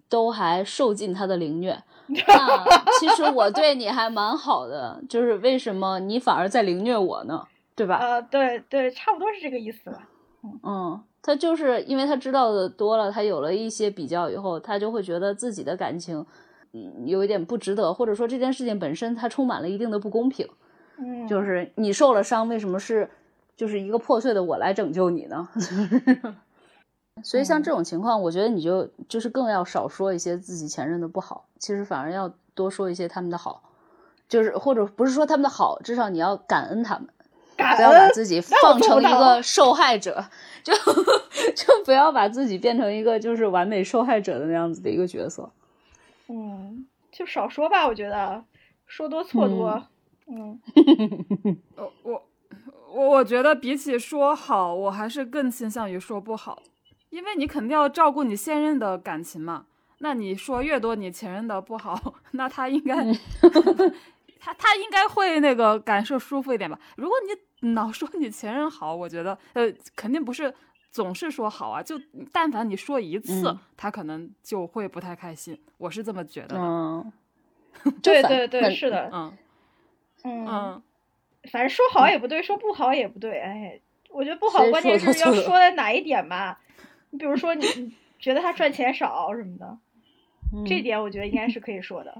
都还受尽他的凌虐，那其实我对你还蛮好的，就是为什么你反而在凌虐我呢？对吧？ 呃，对对，差不多是这个意思吧。 嗯嗯，他就是因为他知道的多了，他有了一些比较以后，他就会觉得自己的感情嗯有一点不值得，或者说这件事情本身它充满了一定的不公平。 嗯， 就是你受了伤，为什么是就是一个破碎的我来拯救你呢？所以像这种情况，我觉得你就就是更要少说一些自己前任的不好，其实反而要多说一些他们的好，就是或者不是说他们的好，至少你要感恩他们，不要把自己放成一个受害者，就就不要把自己变成一个就是完美受害者的那样子的一个角色。 嗯，就少说吧，我觉得说多错多。嗯， 嗯我我我我觉得比起说好，我还是更倾向于说不好，因为你肯定要照顾你现任的感情嘛。那你说越多你前任的不好，那他应该、嗯、他他应该会那个感受舒服一点吧。如果你老说你前任好，我觉得呃肯定不是总是说好啊，就但凡你说一次、嗯、他可能就会不太开心，我是这么觉得的。 嗯， 对对对，是的。 嗯嗯嗯， 反正说好也不对、嗯、说不好也不对。哎，我觉得不好关键是要说在哪一点吧。你比如说你觉得他赚钱少什么的、嗯、这点我觉得应该是可以说的。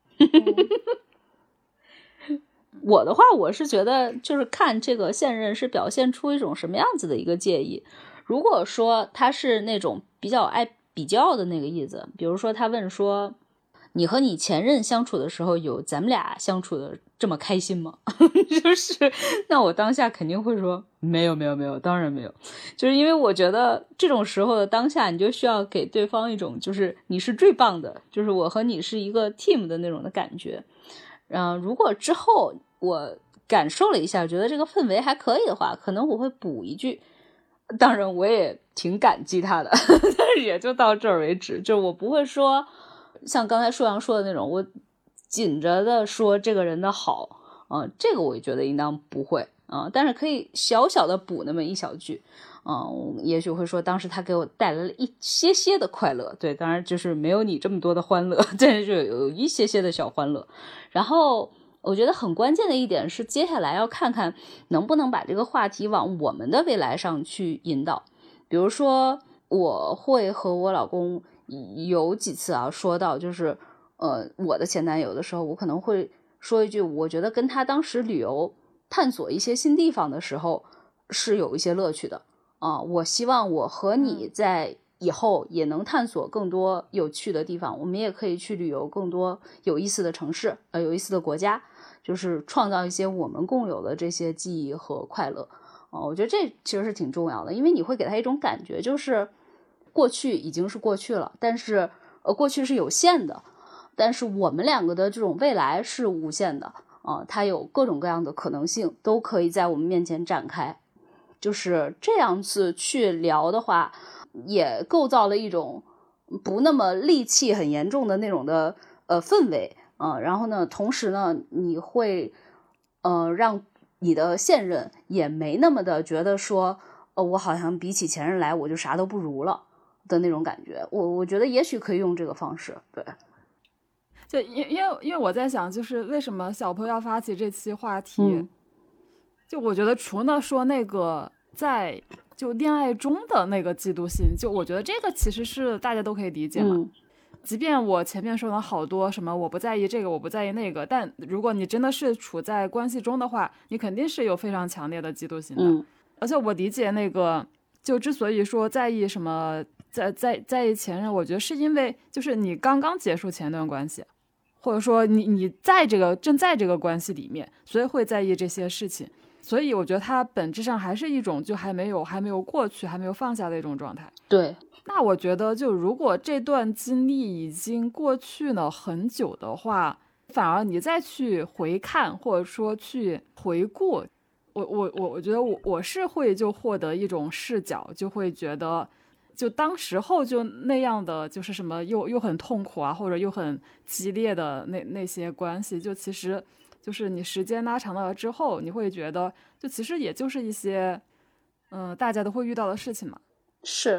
嗯、我的话我是觉得就是看这个现任是表现出一种什么样子的一个介意。如果说他是那种比较爱比较的那个意思，比如说他问说你和你前任相处的时候有咱们俩相处的这么开心吗？就是那我当下肯定会说没有没有没有，当然没有。就是因为我觉得这种时候的当下你就需要给对方一种就是你是最棒的，就是我和你是一个 team 的那种的感觉。嗯，如果之后我感受了一下觉得这个氛围还可以的话，可能我会补一句，当然我也挺感激他的但是也就到这儿为止，就我不会说像刚才舒阳说的那种我紧着的说这个人的好啊、呃，这个我觉得应当不会啊、呃，但是可以小小的补那么一小句啊、呃，也许会说当时他给我带来了一些些的快乐，对，当然就是没有你这么多的欢乐，但是就有一些些的小欢乐。然后我觉得很关键的一点是接下来要看看能不能把这个话题往我们的未来上去引导。比如说我会和我老公有几次啊说到就是呃我的前男友的时候，我可能会说一句我觉得跟他当时旅游探索一些新地方的时候是有一些乐趣的啊、呃，我希望我和你在以后也能探索更多有趣的地方，我们也可以去旅游更多有意思的城市呃有意思的国家，就是创造一些我们共有的这些记忆和快乐啊、呃，我觉得这其实是挺重要的，因为你会给他一种感觉就是过去已经是过去了，但是呃过去是有限的，但是我们两个的这种未来是无限的啊、呃，它有各种各样的可能性都可以在我们面前展开，就是这样子去聊的话也构造了一种不那么戾气很严重的那种的呃氛围啊、呃，然后呢同时呢你会呃让你的现任也没那么的觉得说呃我好像比起前任来我就啥都不如了的那种感觉，我我觉得也许可以用这个方式。对， 就因因为因为我在想就是为什么小朋友要发起这期话题、嗯、就我觉得除了说那个在就恋爱中的那个嫉妒心，就我觉得这个其实是大家都可以理解嘛、嗯、即便我前面说了好多什么我不在意这个我不在意那个，但如果你真的是处在关系中的话，你肯定是有非常强烈的嫉妒心的、嗯、而且我理解那个就之所以说在意什么在在在意前任，我觉得是因为就是你刚刚结束前段关系，或者说你你在这个正在这个关系里面，所以会在意这些事情，所以我觉得它本质上还是一种就还没有还没有过去还没有放下的一种状态。 对， 那我觉得就如果这段经历已经过去了很久的话，反而你再去回看或者说去回顾，我我我我觉得我我是会就获得一种视角，就会觉得就当时候就那样的就是什么又又很痛苦啊或者又很激烈的那那些关系，就其实就是你时间拉长了之后你会觉得就其实也就是一些嗯、呃、大家都会遇到的事情嘛。 是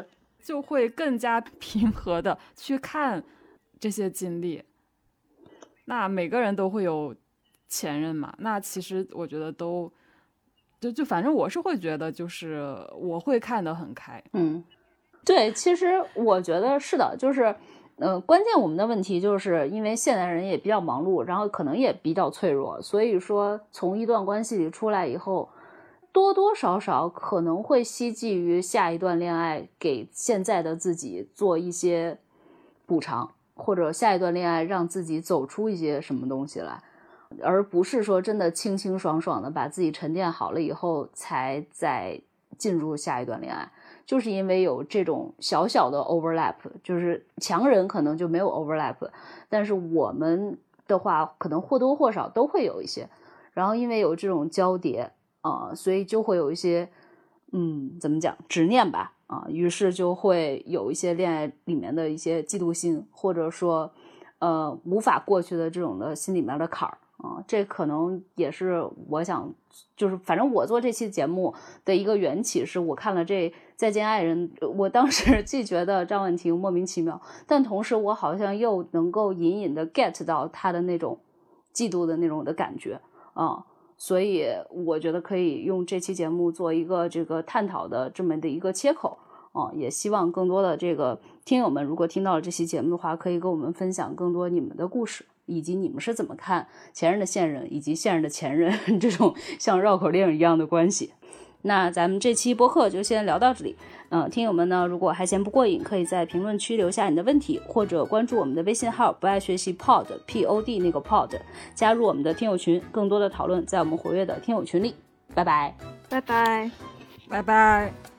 就会更加平和的去看这些经历。那每个人都会有前任嘛，那其实我觉得都就就反正我是会觉得就是我会看得很开。 嗯，对，其实我觉得是的，就是呃，关键我们的问题就是因为现代人也比较忙碌，然后可能也比较脆弱，所以说从一段关系里出来以后，多多少少可能会希冀于下一段恋爱给现在的自己做一些补偿，或者下一段恋爱让自己走出一些什么东西来，而不是说真的清清爽爽的把自己沉淀好了以后才再进入下一段恋爱。就是因为有这种小小的 overlap， 就是强人可能就没有 overlap， 但是我们的话可能或多或少都会有一些，然后因为有这种交叠啊、呃，所以就会有一些嗯怎么讲执念吧啊、呃，于是就会有一些恋爱里面的一些嫉妒心，或者说呃无法过去的这种的心里面的坎儿啊、呃，这可能也是我想就是反正我做这期节目的一个缘起，是我看了这再见爱人，我当时既觉得张婉婷莫名其妙，但同时我好像又能够隐隐的 get 到她的那种嫉妒的那种的感觉啊、嗯，所以我觉得可以用这期节目做一个这个探讨的这么的一个切口啊、嗯，也希望更多的这个听友们如果听到了这期节目的话，可以跟我们分享更多你们的故事，以及你们是怎么看前任的现任以及现任的前任这种像绕口令一样的关系。那咱们这期播客就先聊到这里。嗯、呃，听友们呢，如果还嫌不过瘾，可以在评论区留下你的问题，或者关注我们的微信号不爱学习 pod P O D 那个 pod， 加入我们的听友群，更多的讨论在我们活跃的听友群里。拜拜， 拜拜， 拜拜。